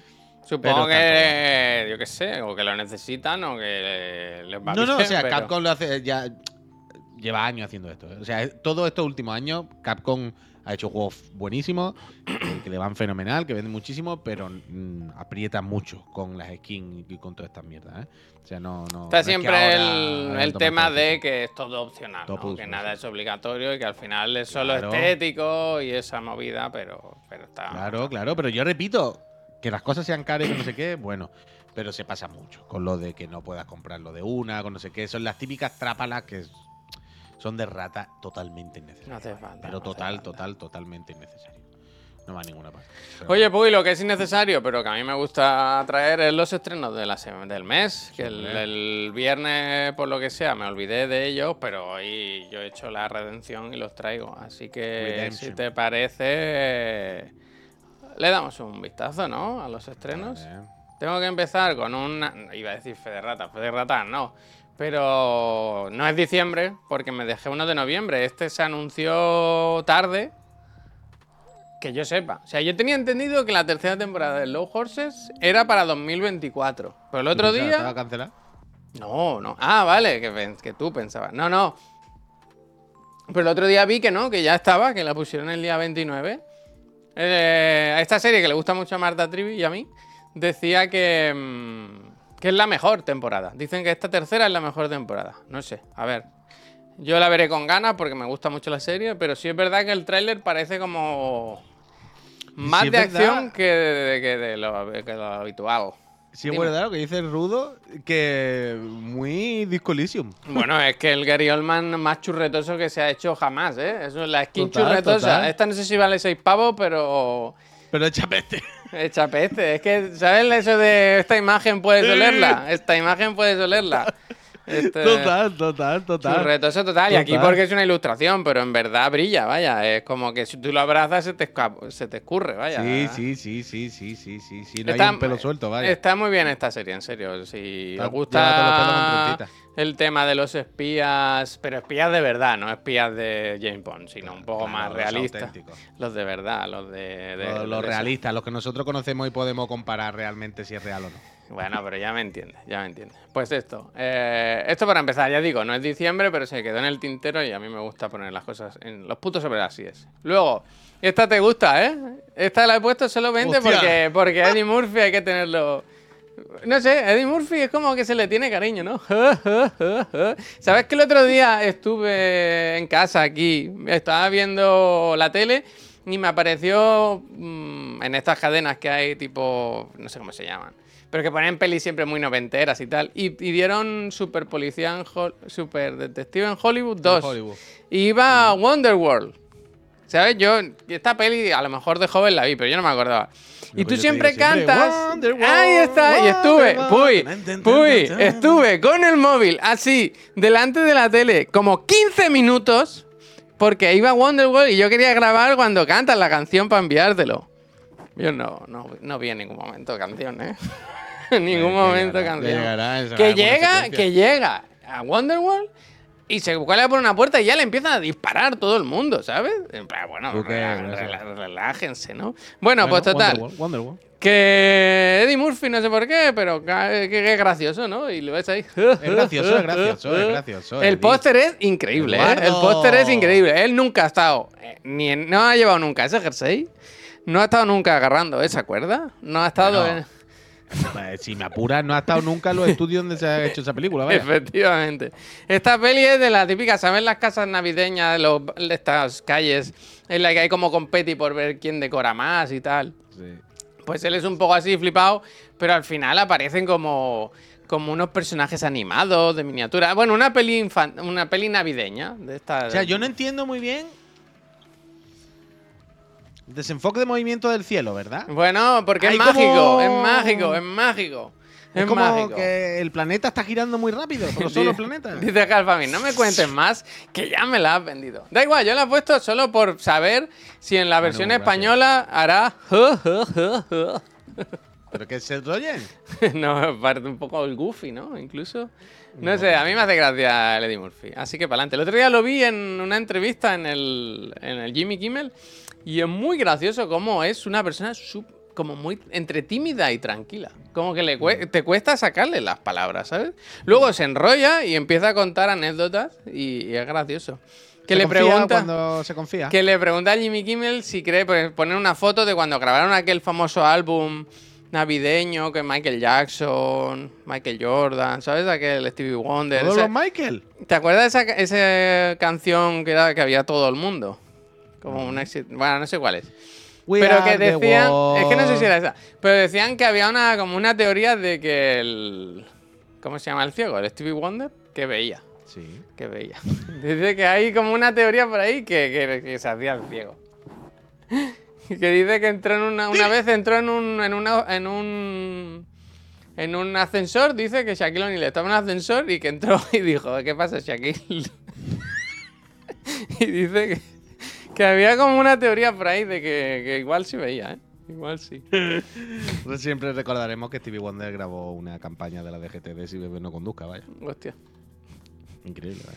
Supongo que, yo qué sé, o que lo necesitan o que les va bien. No, o sea, Capcom lo hace ya. Lleva años haciendo esto. O sea, todos estos últimos años, Capcom ha hecho juegos buenísimos, que le van fenomenal, que venden muchísimo, pero aprieta mucho con las skins y con todas estas mierdas, ¿eh? O sea, no. Está siempre el tema de que es todo opcional, ¿no? Que nada es obligatorio y que al final es solo estético y esa movida, pero está. Claro, pero yo repito, que las cosas sean caras y que no sé qué, bueno. Pero se pasa mucho con lo de que no puedas comprarlo de una, con no sé qué. Son las típicas trápalas que son de rata totalmente innecesarias. No hace falta. Pero totalmente innecesario. No va a ninguna parte. Oye, pues lo que es innecesario, pero que a mí me gusta traer es los estrenos del mes. Que el viernes, por lo que sea, me olvidé de ellos, pero hoy yo he hecho la redención y los traigo. Así que, si te parece, le damos un vistazo, ¿no? A los estrenos. Vale. Tengo que empezar con una... Iba a decir Federata no. Pero no es diciembre, porque me dejé uno de noviembre. Este se anunció tarde, que yo sepa. O sea, yo tenía entendido que la tercera temporada de Slow Horses era para 2024. Pero el otro día... ¿Estaba cancelada? No. Ah, vale, que tú pensabas. No. Pero el otro día vi que no, que ya estaba, que la pusieron el día 29. A esta serie que le gusta mucho a Marta Trivi y a mí, decía que es la mejor temporada. Dicen que esta tercera es la mejor temporada. No sé, a ver. Yo la veré con ganas porque me gusta mucho la serie, pero sí es verdad que el tráiler parece como más de acción que de lo habitual. Sí, es verdad lo que dice el Rudo, que muy Disco Elysium. Bueno, es que el Gary Oldman más churretoso que se ha hecho jamás, ¿eh? Eso es la skin churretosa. Total. Esta no sé si vale 6 pavos, pero... Pero echa peste. Echa peste. Es que, ¿sabes eso de esta imagen puedes olerla? Esta imagen pudes olerla. Total. Churretoso total. Y aquí porque es una ilustración, pero en verdad brilla, vaya. Es como que si tú lo abrazas se te escurre, vaya. Sí. No hay un pelo suelto, vaya. Está muy bien esta serie, en serio. Si os gusta el tema de los espías, pero espías de verdad, no espías de James Bond, sino un poco más realistas. Los de verdad, los realistas, los que nosotros conocemos y podemos comparar realmente si es real o no. Bueno, pero ya me entiendes. Pues esto para empezar, ya digo, no es diciembre, pero se quedó en el tintero y a mí me gusta poner las cosas en los putos sobre las IES. Luego, esta te gusta, ¿eh? Esta la he puesto solamente porque Eddie Murphy hay que tenerlo... No sé, Eddie Murphy es como que se le tiene cariño, ¿no? ¿Sabes que el otro día estuve en casa aquí, estaba viendo la tele y me apareció en estas cadenas que hay tipo, no sé cómo se llaman, pero que ponen pelis siempre muy noventeras y tal, y dieron Super Detective en Hollywood 2. Y iba Wonderworld. ¿Sabes? Yo esta peli a lo mejor de joven la vi, pero yo no me acordaba. Y tú siempre cantas. Ahí está. Y estuve con el móvil así, delante de la tele, como 15 minutos, porque iba Wonderworld y yo quería grabar cuando cantas la canción para enviártelo. Yo no vi en ningún momento canción, ¿eh? En ningún momento canción. Que llega a Wonderworld y se cuela por una puerta y ya le empiezan a disparar todo el mundo, ¿sabes? Bueno, relájense, ¿no? Bueno, pues total. Wonderworld. Que Eddie Murphy, no sé por qué, pero que gracioso, ¿no? Y lo ves ahí. Es gracioso. El póster es increíble, ¿eh? El póster es increíble. Él nunca ha estado, no ha llevado nunca ese jersey, no ha estado nunca agarrando esa cuerda, no ha estado... Si me apuras, no ha estado nunca en los estudios donde se ha hecho esa película, vaya. Efectivamente. Esta peli es de la típica, ¿sabes? Las casas navideñas de estas calles en las que hay como competi por ver quién decora más y tal. Sí. Pues él es un poco así flipado, pero al final aparecen como unos personajes animados de miniatura. Bueno, una peli navideña de esta. O sea, yo no entiendo muy bien. Desenfoque de movimiento del cielo, ¿verdad? Bueno, porque es mágico. Es como que el planeta está girando muy rápido, como solo el planeta. Dice Calfamin, no me cuentes más, que ya me la has vendido. Da igual, yo la he puesto solo por saber si en la versión española hará... ¿Pero qué es el Roger? No, parece un poco el Goofy, ¿no? Incluso. No sé, a mí me hace gracia el Eddie Murphy. Así que para adelante. El otro día lo vi en una entrevista en el Jimmy Kimmel y es muy gracioso cómo es una persona como muy entre tímida y tranquila. Como que te cuesta sacarle las palabras, ¿sabes? Luego se enrolla y empieza a contar anécdotas y es gracioso. Que le pregunta cuando se confía. Que le pregunta a Jimmy Kimmel si cree poner una foto de cuando grabaron aquel famoso álbum navideño que Michael Jackson, Michael Jordan, ¿sabes? Aquel Stevie Wonder. ¿Todos los Michael? ¿Te acuerdas de esa canción que había todo el mundo? Como un éxito. Bueno, no sé cuál es. Pero que decían. Es que no sé si era esa. Pero decían que había como una teoría de que el. ¿Cómo se llama el ciego? El Stevie Wonder, que veía. Sí. Que veía. Dice que hay como una teoría por ahí que se hacía el ciego. Que dice que entró una vez entró en un ascensor, dice que Shaquille O'Neal estaba en un ascensor y que entró y dijo, ¿qué pasa, Shaquille? Y dice que había como una teoría por ahí de que igual sí veía, ¿eh? Igual sí. Siempre recordaremos que Stevie Wonder grabó una campaña de la DGT de Si bebé no conduzca, vaya. Hostia. Increíble, vaya.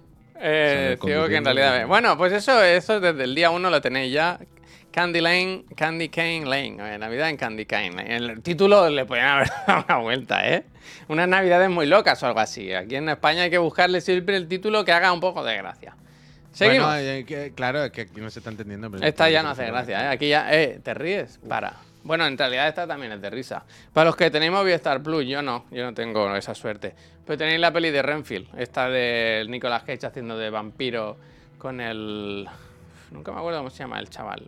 Ciego que en realidad... Bueno, pues eso desde el día 1 lo tenéis ya. Candy Cane Lane. Navidad en Candy Cane Lane. El título le podían haber dado una vuelta, ¿eh? Unas navidades muy locas o algo así. Aquí en España hay que buscarle siempre el título que haga un poco de gracia. ¿Seguimos? Bueno, claro, es que aquí no se está entendiendo. Pero esta ya no hace gracia, ¿eh? Aquí ya... ¿Te ríes? Para. Bueno, en realidad esta también es de risa. Para los que tenéis Movistar Plus, yo no tengo esa suerte. Pero tenéis la peli de Renfield, esta de Nicolas Cage haciendo de vampiro con el... Nunca me acuerdo cómo se llama el chaval.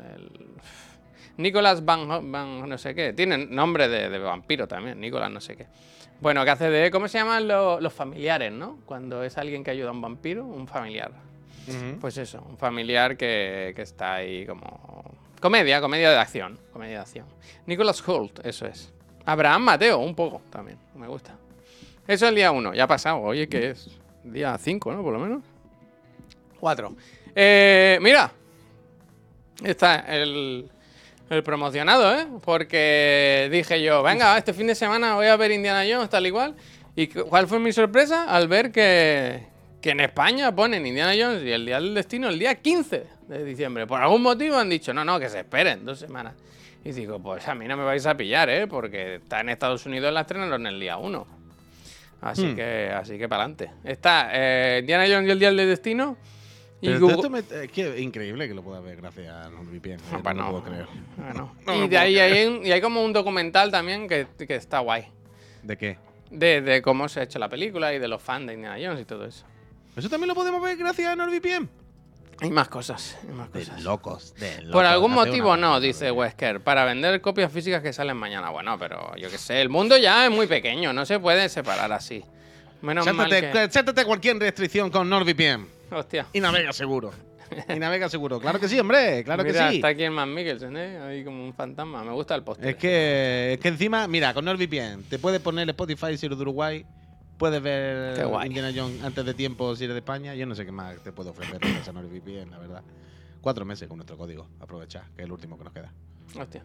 Nicolas Van no sé qué. Tiene nombre de vampiro también, Nicolas no sé qué. Bueno, que hace de... ¿Cómo se llaman los familiares, no? Cuando es alguien que ayuda a un vampiro, un familiar. Pues eso, un familiar que está ahí como... Comedia de acción. Nicholas Hoult, eso es. Abraham Mateo, un poco también, me gusta. Eso es el día 1, ya ha pasado. Oye, ¿qué es? Día 5, ¿no? Por lo menos. 4. Mira. Está el promocionado, ¿eh? Porque dije yo, venga, este fin de semana voy a ver Indiana Jones, tal y cual. ¿Y cuál fue mi sorpresa? Al ver que en España ponen Indiana Jones y el Día del Destino el día 15 de diciembre. Por algún motivo han dicho, no, que se esperen 2 semanas. Y digo, pues a mí no me vais a pillar, ¿eh? Porque está en Estados Unidos, la estrenaron el día 1. Así que para adelante. Está Indiana Jones y el Día del Destino. Y Google... es que es increíble que lo puedas ver gracias a NordVPN. No lo puedo creer. Bueno. Y de ahí hay como un documental también que está guay. ¿De qué? De cómo se ha hecho la película y de los fans de Indiana Jones y todo eso. ¿Eso también lo podemos ver gracias a NordVPN? Hay más cosas. De locos. Por algún motivo no, dice Wesker. Para vender copias físicas que salen mañana. Bueno, pero yo qué sé, el mundo ya es muy pequeño. No se puede separar así. Menos mal que... Sáltate cualquier restricción con NordVPN. Hostia. Y navega seguro. Claro que sí, hombre. Claro que sí. Está aquí en Matt Mikkelsen, ¿eh? Ahí como un fantasma. Me gusta el póster. Es que encima, mira, con NordVPN te puedes poner Spotify si eres de Uruguay. Puedes ver Indiana Jones antes de tiempo si eres de España. Yo no sé qué más te puedo ofrecer esa NordVPN, la verdad. 4 meses con nuestro código. Aprovecha, que es el último que nos queda. Hostia.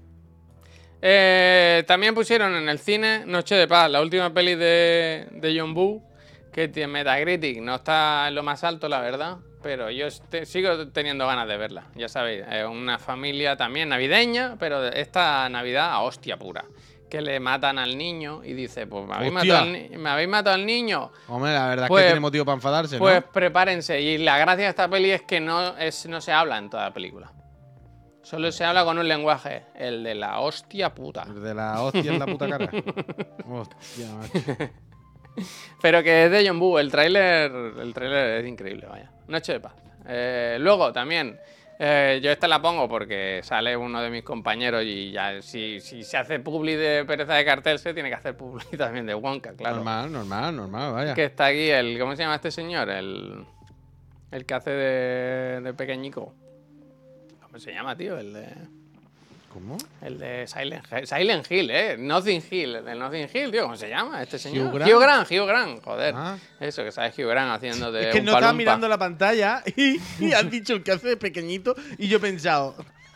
También pusieron en el cine Noche de Paz, la última peli de John Woo, que tiene Metacritic. No está en lo más alto, la verdad. Pero yo sigo teniendo ganas de verla. Ya sabéis, una familia también navideña, pero esta Navidad a hostia pura. Que le matan al niño y dice, pues me habéis matado al niño. Hombre, la verdad es que tiene motivo para enfadarse, pues ¿no? Prepárense. Y la gracia de esta peli es que no se habla en toda la película. Solo se habla con un lenguaje, el de la hostia puta. El de la hostia en la puta cara. Hostia, macho. Pero que es de John Woo, el tráiler es increíble, vaya. Noche de Paz. Luego también... yo esta la pongo porque sale uno de mis compañeros y ya si se hace publi de Pereza de Cartel se tiene que hacer publi también de Wonka, claro. Normal, vaya. Que está aquí ¿cómo se llama este señor? El que hace de pequeñico. ¿Cómo se llama, tío? ¿Cómo? El de Silent Hill, Notting Hill. El de Notting Hill, tío, ¿cómo se llama este señor? Hugh Grant, joder. Eso, que sabes Hugh Grant haciendo de es que no estaba mirando la pantalla y has dicho el que hace de pequeñito y yo he pensado...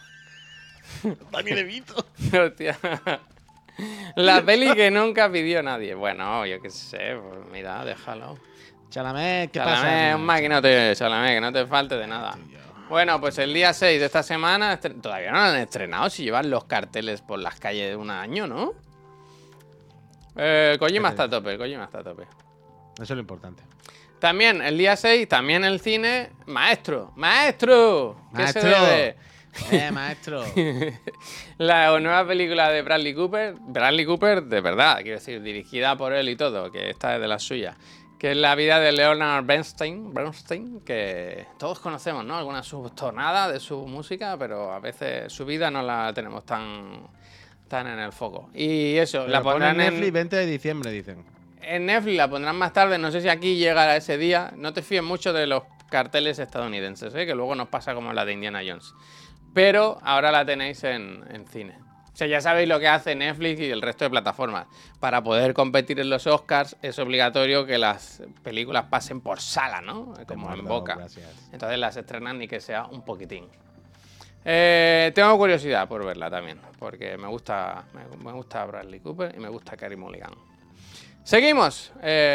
Dani DeVito. Hostia. La peli que nunca pidió nadie. Bueno, yo qué sé, pues mira, déjalo. Chalamet, ¿qué pasa? Un maquinote, Chalamet, que no te falte de nada. Bueno, pues el día 6 de esta semana, todavía no lo han estrenado, si llevan los carteles por las calles de un año, ¿no? Kojima está a tope, Kojima está a tope. Eso es lo importante. También, el día 6, también el cine, ¡Maestro! ¡Maestro! ¿Qué se debe? Maestro. La nueva película de Bradley Cooper, de verdad, quiero decir, dirigida por él y todo, que esta es de las suyas, que es la vida de Leonard Bernstein, que todos conocemos, ¿no? Alguna subtonada de su música, pero a veces su vida no la tenemos tan en el foco. Y eso, pero la pondrán en Netflix 20 de diciembre, dicen. En Netflix la pondrán más tarde, no sé si aquí llegará ese día. No te fíes mucho de los carteles estadounidenses, que luego nos pasa como la de Indiana Jones. Pero ahora la tenéis en cine. O sea, ya sabéis lo que hace Netflix y el resto de plataformas. Para poder competir en los Oscars es obligatorio que las películas pasen por sala, ¿no? Como en boca. Gracias. Entonces las estrenan ni que sea un poquitín. Tengo curiosidad por verla también, porque me gusta Bradley Cooper y me gusta Carey Mulligan. Seguimos.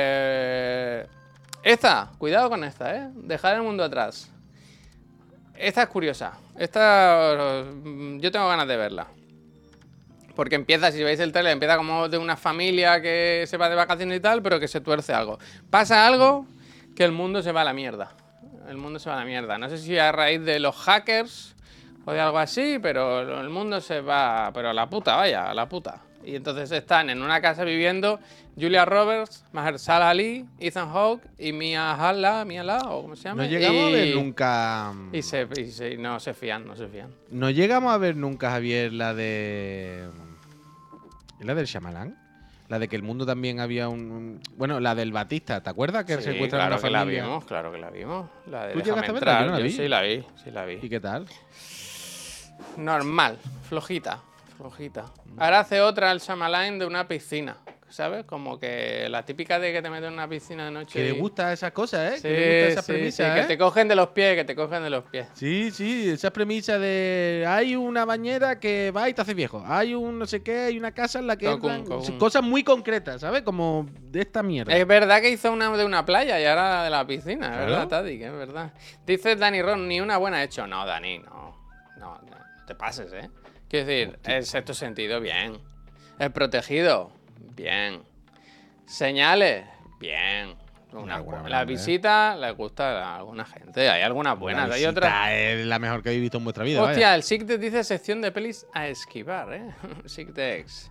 Cuidado con esta, Dejar el mundo atrás. Esta es curiosa. Yo tengo ganas de verla. Porque empieza, si veis el trailer, empieza como de una familia que se va de vacaciones y tal, pero que se tuerce algo. Pasa algo que el mundo se va a la mierda. El mundo se va a la mierda. No sé si a raíz de los hackers o de algo así, pero el mundo se va, pero a la puta, vaya, a la puta. Y entonces están en una casa viviendo Julia Roberts, Mahershala Ali, Ethan Hawke y Mia La, o como se llama. No llegamos a ver nunca... Y no se fían. No llegamos a ver nunca, Javier, la de... ¿Es la del Shyamalan? La de que el mundo también había Bueno, la del Batista, ¿te acuerdas? Que se encuentra en una familia. Claro que la vimos. La de ¿Tú llegaste a verla? Yo no la vi. Sí la vi. ¿Y qué tal? Normal, flojita. Ahora hace otra el Shyamalan de una piscina, ¿sabes? Como que la típica de que te meten en una piscina de noche. Que le gusta esas cosas, ¿eh? Sí, que le gusta esa premisa, que te cogen de los pies, Sí, esa premisa de hay una bañera que va y te hace viejo. Hay un no sé qué, hay una casa en la que entran cosas muy concretas, ¿sabes? Como de esta mierda. Es verdad que hizo una de una playa y ahora de la piscina, ¿es verdad, Tadi? Es verdad. Dice Dani Ron, ni una buena he hecho. No, Dani, no te pases, ¿eh? Quiero decir, el sexto sentido, bien. El protegido, bien. Señales, bien. La visita le gusta a alguna gente. Hay algunas buenas, hay otras. Es la mejor que habéis visto en vuestra vida. Hostia, vaya. El SICDEX dice sección de pelis a esquivar, ¿eh? SICDEX.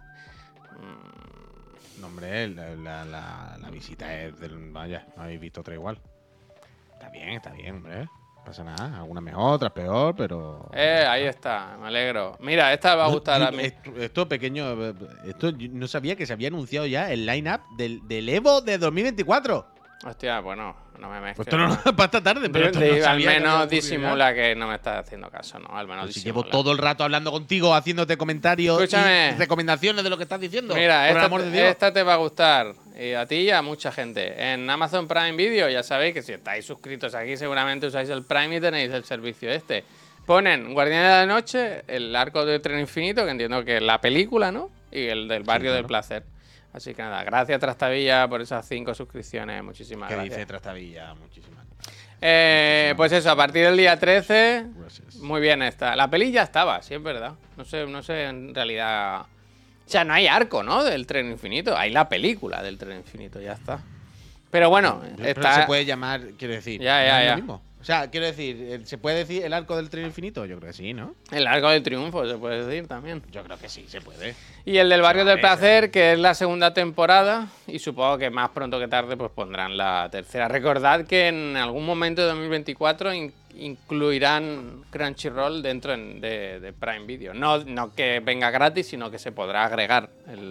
No, hombre, la visita es del. Vaya, no habéis visto otra igual. Está bien, hombre. No pasa nada, algunas mejor, otras peor, pero... Ahí está, me alegro. Mira, esta va a gustar a mí. Esto pequeño... Esto no sabía que se había anunciado ya el line-up del Evo de 2024. Hostia, bueno, no me mezcles. Pues esto no es para esta tarde, pero esto no al menos disimula que no me estás haciendo caso, ¿no? Al menos pues si llevo todo el rato hablando contigo, haciéndote comentarios y recomendaciones de lo que estás diciendo. Mira, esta te va a gustar. Y a ti y a mucha gente. En Amazon Prime Video, ya sabéis que si estáis suscritos aquí, seguramente usáis el Prime y tenéis el servicio este. Ponen Guardianes de la Noche, el arco del tren infinito, que entiendo que es la película, ¿no? Y el del Barrio del Placer. Así que nada, gracias Trastavilla por esas 5 suscripciones, muchísimas gracias. ¿Qué dice Trastavilla? Muchísimas. Pues eso, a partir del día 13, gracias. Muy bien esta. La peli ya estaba, sí es verdad. No sé en realidad... O sea, no hay arco, ¿no? Del tren infinito. Hay la película del tren infinito, ya está. Pero bueno, pero se puede llamar, quiero decir. Ya. Lo mismo. O sea, quiero decir, ¿se puede decir el arco del tren infinito? Yo creo que sí, ¿no? El arco del triunfo se puede decir también. Yo creo que sí, se puede. Y el del Barrio del Placer, que es la segunda temporada, y supongo que más pronto que tarde pues pondrán la tercera. Recordad que en algún momento de 2024 incluirán Crunchyroll dentro de Prime Video. No que venga gratis, sino que se podrá agregar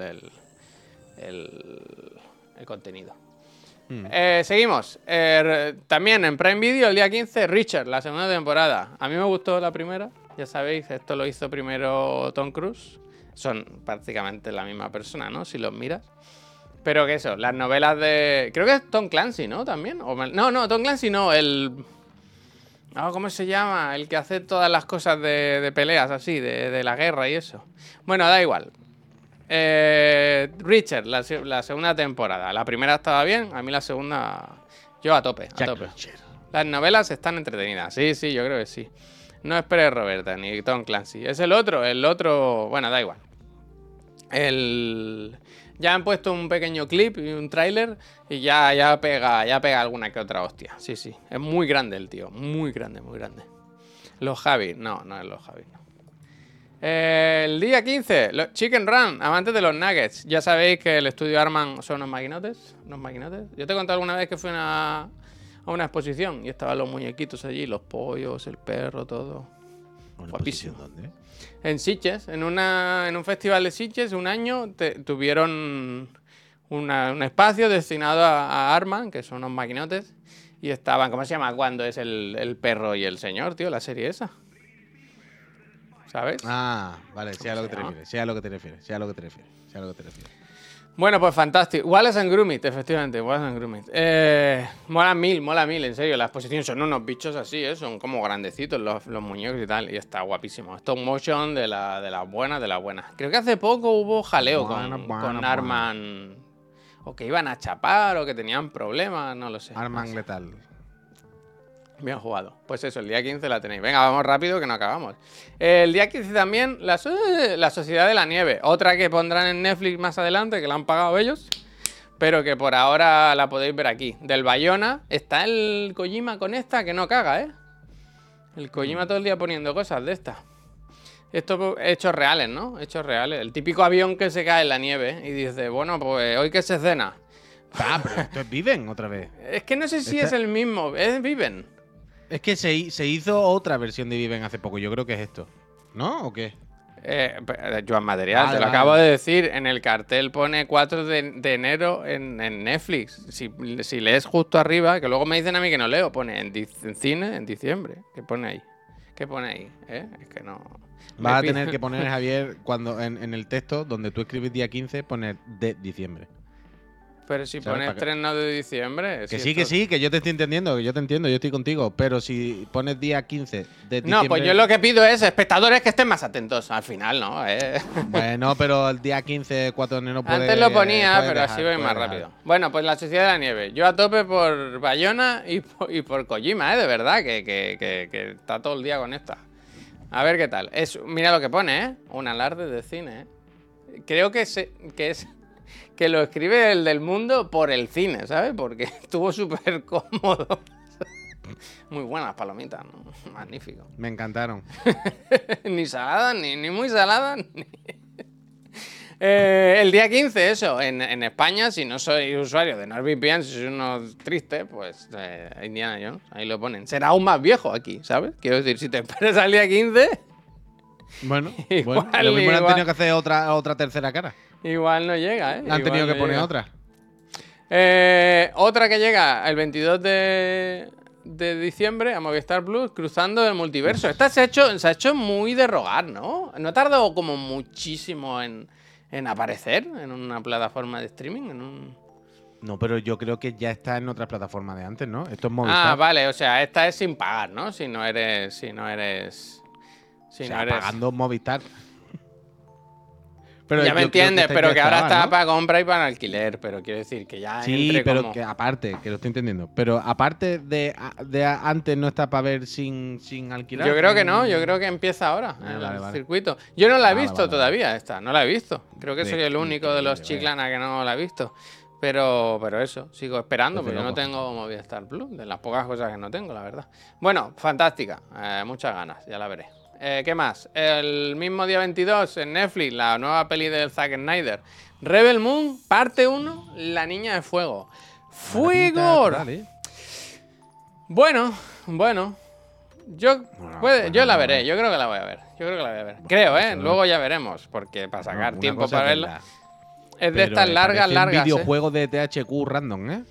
el contenido. Seguimos. También en Prime Video, el día 15, Richard, la segunda temporada. A mí me gustó la primera, ya sabéis, esto lo hizo primero Tom Cruise. Son prácticamente la misma persona, ¿no? Si los miras. Pero que eso, las novelas de... Creo que es Tom Clancy, ¿no? También. No, Tom Clancy no, ¿cómo se llama? El que hace todas las cosas de peleas así, de la guerra y eso. Bueno, da igual. Richard, la segunda temporada. La primera estaba bien, a mí la segunda... Yo a tope. Las novelas están entretenidas. Sí, sí, yo creo que sí. No esperes Roberta ni Tom Clancy. Es el otro... Bueno, da igual. Ya han puesto un pequeño clip y un tráiler y ya pega alguna que otra hostia. Sí, sí. Es muy grande el tío. Muy grande, muy grande. Los Javi. No es los Javi. No. El día 15, Chicken Run, amantes de los nuggets. Ya sabéis que el estudio Arman son unos maquinotes. Yo te he contado alguna vez que fui a una exposición y estaban los muñequitos allí, los pollos, el perro, todo. Guapísimo. ¿Dónde? En Sitges, en un festival de Sitges, un año tuvieron un espacio destinado a Arman, que son unos maquinotes, y estaban, ¿cómo se llama? Cuando es el perro y el señor, tío, la serie esa. ¿Sabes? Ah, vale, sea lo que te refieres. Bueno, pues fantástico. Wallace and Gromit, efectivamente, Wallace and Gromit. Mola mil, en serio. La exposición son unos bichos así, son como grandecitos los muñecos y tal. Y está guapísimo. Stop motion de las buenas. Creo que hace poco hubo jaleo con Arman. O que iban a chapar, o que tenían problemas, no lo sé. Arman letal. Bien jugado. Pues eso, el día 15 la tenéis. Venga, vamos rápido que no acabamos. El día 15 también la Sociedad de la Nieve. Otra que pondrán en Netflix más adelante, que la han pagado ellos. Pero que por ahora la podéis ver aquí. Del Bayona está el Kojima con esta que no caga, ¿eh? El Kojima todo el día poniendo cosas de estas. Esto hechos reales, ¿no? Hechos reales. El típico avión que se cae en la nieve y dice, bueno, pues hoy que se cena. Ah, pero esto es Viven otra vez. Es que no sé si es el mismo. Es Viven. Es que se hizo otra versión de Viven hace poco. Yo creo que es esto. ¿No? ¿O qué? Joan Material, te lo acabo de decir. En el cartel pone 4 de enero en Netflix. Si lees justo arriba, que luego me dicen a mí que no leo, pone en cine en diciembre. ¿Qué pone ahí? Es que no. Vas a tener que poner, Javier, cuando en el texto donde tú escribes día 15, poner de diciembre. Pero si pones estreno de diciembre... Que sí, que yo te estoy entendiendo, yo estoy contigo. Pero si pones día 15 de diciembre... No, pues yo lo que pido es espectadores que estén más atentos al final, ¿no? Bueno, pero el día 15, 4 de enero puede... Antes lo ponía, pero así voy más rápido. Bueno, pues la Sociedad de la Nieve. Yo a tope por Bayona y por Kojima, de verdad, que está todo el día con esta. A ver qué tal. Mira lo que pone, un alarde de cine, Creo que que lo escribe el del Mundo por el cine, ¿sabes? Porque estuvo súper cómodo. Muy buenas palomitas, ¿no? Magnífico. Me encantaron. Ni salada, ni muy salada. El día 15, eso. En España, si no soy usuario de NordVPN, si soy uno triste, pues Indiana Jones, ahí lo ponen. Será aún más viejo aquí, ¿sabes? Quiero decir, si te esperas al día 15... Bueno, lo mismo le han tenido que hacer otra tercera cara. Igual no llega, ¿eh? Han tenido que poner otra. Otra que llega el 22 de diciembre a Movistar Plus, Cruzando el Multiverso. Esta se ha hecho muy de rogar, ¿no? No ha tardado como muchísimo en aparecer en una plataforma de streaming. No, pero yo creo que ya está en otras plataformas de antes, ¿no? Esto es Movistar. Ah, vale, o sea, esta es sin pagar, ¿no? Si no eres pagando Movistar. Pero ya me entiendes, pero que ahora está para compra y para alquiler. Pero quiero decir que ya sí, pero que aparte, que lo estoy entendiendo. Pero aparte de antes no está para ver sin alquilar. Yo creo que no, yo creo que empieza ahora el circuito. Yo no la he visto todavía esta, no la he visto. Creo que soy el único de los Chiclana que no la he visto. Pero eso, sigo esperando, porque yo no tengo Movistar Plus, de las pocas cosas que no tengo, la verdad. Bueno, fantástica, muchas ganas, ya la veré. ¿Qué más? El mismo día 22 en Netflix, la nueva peli del Zack Snyder. Rebel Moon, parte 1, La Niña de Fuego. ¡Fuego! Bueno. Yo la veré, yo creo que la voy a ver. Creo, ¿eh? Luego ya veremos, porque para sacar tiempo para verla... Es de estas largas. Un videojuego de THQ random, ¿eh?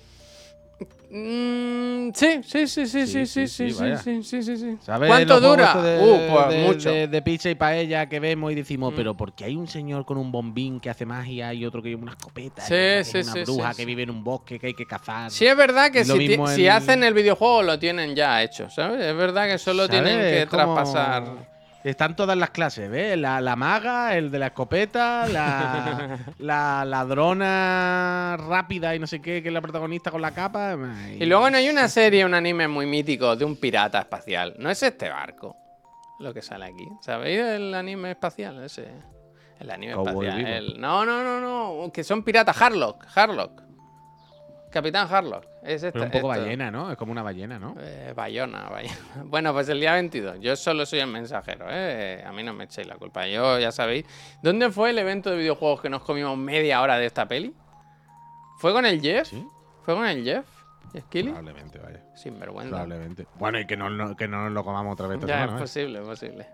Sí. ¿Sabes ¿Cuánto dura? Pues mucho. De pizza y paella que vemos y decimos, pero ¿por qué hay un señor con un bombín que hace magia y otro que lleva una escopeta? Una bruja que vive en un bosque que hay que cazar. Sí, es verdad que si hacen el videojuego lo tienen ya hecho, ¿sabes? Es verdad que solo tienen que traspasar. Están todas las clases, ¿ves? La maga, el de la escopeta, la ladrona rápida y no sé qué, que es la protagonista con la capa. Y luego no hay una serie, un anime muy mítico de un pirata espacial. No es este barco lo que sale aquí. ¿Sabéis el anime espacial ese? El anime espacial. No. Que son piratas. Harlock. Capitán Harlock. Pero un poco ballena, ¿no? Es como una ballena, ¿no? Ballona. Bueno, pues el día 22. Yo solo soy el mensajero, ¿eh? A mí no me echéis la culpa. Yo, ya sabéis. ¿Dónde fue el evento de videojuegos que nos comimos media hora de esta peli? ¿Fue con el Jeff? ¿Sí? ¿Fue con el Jeff? ¿Y Skilly? Probablemente, vaya. Sinvergüenza. Probablemente. Bueno, y que no nos lo comamos otra vez esta Ya, semana, es posible.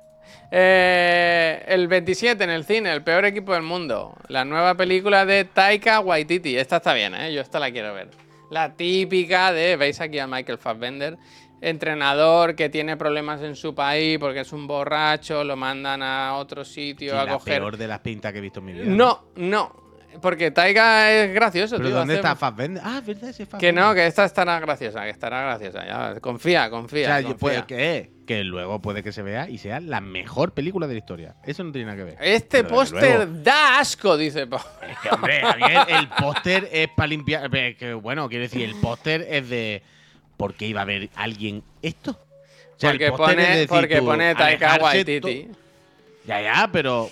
El 27 en el cine, El peor equipo del mundo. La nueva película de Taika Waititi. Esta está bien, ¿eh? Yo esta la quiero ver. La típica de, veis aquí a Michael Fassbender, entrenador que tiene problemas en su país porque es un borracho, lo mandan a otro sitio a coger... la peor de las pintas que he visto en mi vida. No. Porque Taika es gracioso, ¿pero tío. dónde está Fassbender? Ah, ¿verdad? Ese Fassbender. Que no, que esta estará graciosa, Ya. Confía. O sea, puede que luego puede que se vea y sea la mejor película de la historia. Eso no tiene nada que ver. Este póster da asco, dice Pau. Es que, hombre, Javier, el póster es para limpiar. Que, bueno, quiero decir, el póster es de. ¿Por qué iba a ver alguien esto? O sea, porque pone Taika Waititi. Ya, pero.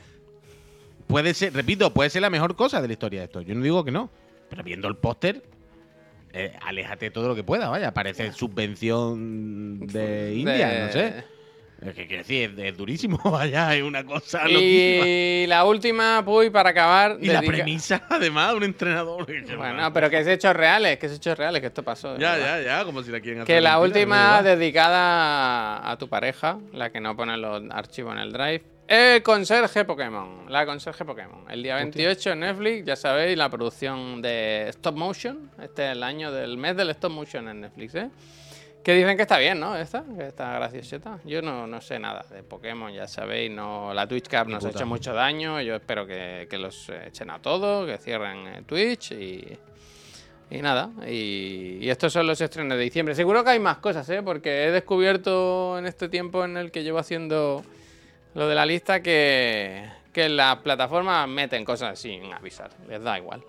Puede ser, repito, puede ser la mejor cosa de la historia de esto. Yo no digo que no. Pero viendo el póster, aléjate todo lo que pueda, vaya. Parece subvención de India, no sé. Es que quiero decir, es durísimo, vaya, es una cosa loquísima. Y la última, Puy, para acabar. Y la premisa, además, de un entrenador. Bueno, pero que es hechos reales, que esto pasó. Ya, como si la quieren hacer. Que la última dedicada a tu pareja, la que no pone los archivos en el drive. La conserje Pokémon. El día 28 en Netflix, ya sabéis, la producción de Stop Motion. Este es el año del mes del Stop Motion en Netflix, ¿eh? Que dicen que está bien, ¿no? Que está gracioseta. Yo no sé nada de Pokémon, ya sabéis. La Twitch Cup nos ha hecho mucho daño. Yo espero que los echen a todos, que cierren Twitch y nada. Y estos son los estrenos de diciembre. Seguro que hay más cosas, ¿eh? Porque he descubierto en este tiempo en el que llevo haciendo lo de la lista que las plataformas meten cosas sin avisar. Les da igual.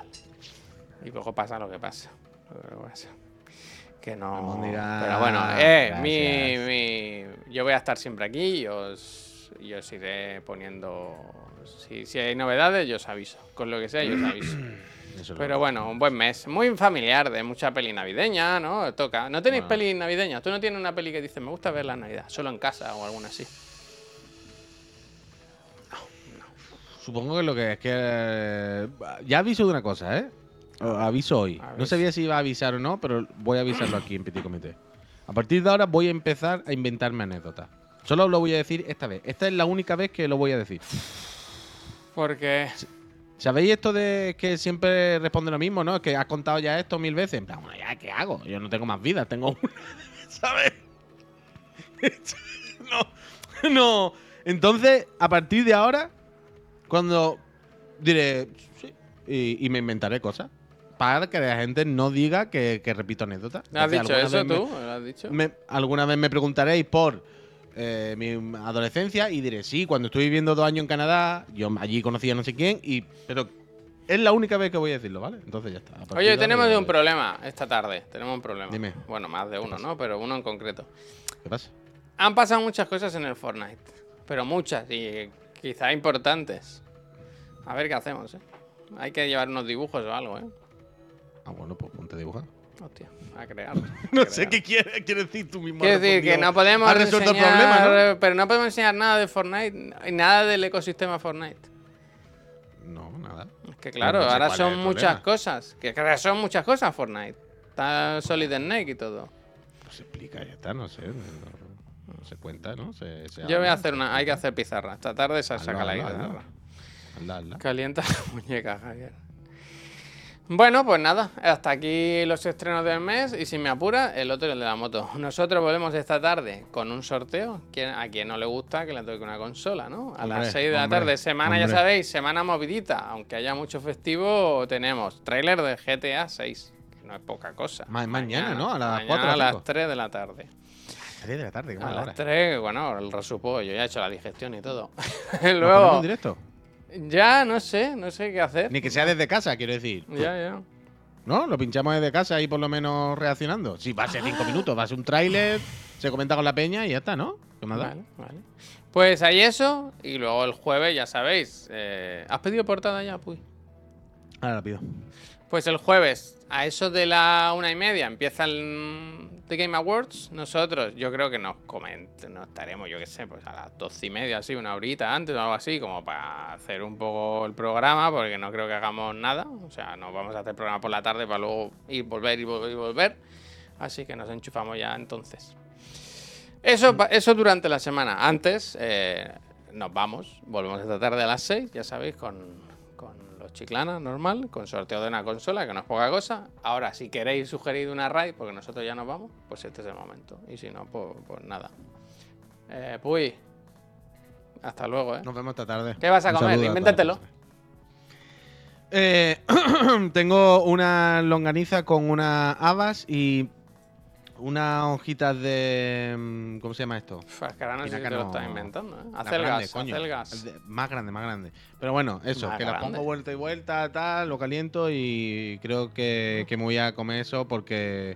Y luego pasa lo que pasa. Que no. Pero bueno, yo voy a estar siempre aquí y os iré poniendo. Si hay novedades, yo os aviso. Con lo que sea, yo os aviso. Pero bueno, un buen mes. Muy familiar, de mucha peli navideña, ¿no? Toca. ¿No tenéis peli navideña? ¿Tú no tienes una peli que dices, me gusta verla en Navidad? Solo en casa o alguna así. Supongo que lo que es que. Ya aviso de una cosa, ¿eh? Aviso hoy. No sabía si iba a avisar o no, pero voy a avisarlo aquí en Petit Comité. A partir de ahora voy a empezar a inventarme anécdotas. Solo lo voy a decir esta vez. Esta es la única vez que lo voy a decir. ¿Por qué? ¿Sabéis esto de que siempre responde lo mismo, no? Que has contado ya esto 1000 veces. En plan, bueno, ya, ¿qué hago? Yo no tengo más vida, tengo una. ¿Sabes? No. Entonces, a partir de ahora, cuando diré sí, y me inventaré cosas para que la gente no diga que repito anécdotas. ¿Has dicho eso tú? ¿Lo has dicho? Alguna vez me preguntaréis por mi adolescencia y diré, sí, cuando estuve viviendo 2 años en Canadá, yo allí conocía a no sé quién, pero es la única vez que voy a decirlo, ¿vale? Entonces ya está. Oye, tenemos un problema esta tarde. Tenemos un problema. Dime. Bueno, más de uno, ¿no? Pero uno en concreto. ¿Qué pasa? Han pasado muchas cosas en el Fortnite. Pero muchas y quizá importantes. A ver qué hacemos, ¿eh? Hay que llevar unos dibujos o algo, ¿eh? Ah, bueno, pues ponte a dibujar. Hostia, a crear. No sé qué quiere decir tú mismo. Quiero decir que no podemos resuelto el problema, ¿no? Pero no podemos enseñar nada de Fortnite, nada del ecosistema Fortnite. No, nada. Es que claro, ahora son muchas cosas. Que son muchas cosas Fortnite. Está Solid Snake y todo. Pues se explica, ya está, no sé. No se cuenta, ¿no? Yo voy a hacer hay que hacer pizarra. Esta tarde se saca la guitarra. Calienta la muñeca, Javier. Bueno, pues nada, hasta aquí los estrenos del mes y si me apura, el otro es el de la moto. Nosotros volvemos esta tarde con un sorteo. A quien no le gusta que le toque una consola, ¿no? A las 6 de la tarde, semana, ya sabéis, semana movidita. Aunque haya mucho festivo, tenemos tráiler de GTA 6, que no es poca cosa. Mañana, ¿no? A las 4 mañana a las 3 de la tarde. 3 de la tarde, qué A mala las hora. 3, bueno, el resupo, yo ya he hecho la digestión y todo. ¿Nos ponemos Luego, en directo? ya no sé qué hacer. Ni que sea desde casa, quiero decir. Ya. ¿No? Lo pinchamos desde casa y por lo menos reaccionando. Si va a ser 5 minutos, va a ser un tráiler, se comenta con la peña y ya está, ¿no? ¿Qué más da? Vale. Pues hay eso, y luego el jueves, ya sabéis. ¿Has pedido portada ya, Puy? Ahora la pido. Pues el jueves, a eso de la 1:30, empieza el The Game Awards. Nosotros, yo creo que nos estaremos, yo qué sé, pues a las 12:30, así, una horita antes o algo así, como para hacer un poco el programa, porque no creo que hagamos nada. O sea, nos vamos a hacer programa por la tarde para luego volver. Así que nos enchufamos ya entonces. Eso durante la semana. Antes nos volvemos esta tarde a las 6, ya sabéis, con los Chiclana, normal, con sorteo de una consola, que no es poca cosa. Ahora, si queréis sugerir una raid, porque nosotros ya nos vamos, pues este es el momento. Y si no, pues nada. Puy, hasta luego, ¿eh? Nos vemos esta tarde. ¿Qué vas a comer? Invéntatelo. Tengo una longaniza con unas habas y unas hojitas de... ¿Cómo se llama esto? Es que ahora no sé si te lo estás inventando, ¿eh? Acelgas. Más grande. Pero bueno, eso, que las pongo vuelta y vuelta, tal, lo caliento y creo que me voy a comer eso porque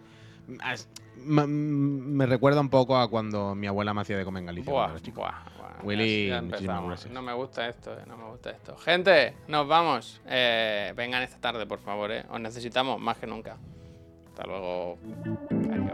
me recuerda un poco a cuando mi abuela me hacía de comer en Galicia. Willy, ya no me gusta esto, Gente, nos vamos. Vengan esta tarde, por favor, Os necesitamos más que nunca. Hasta luego.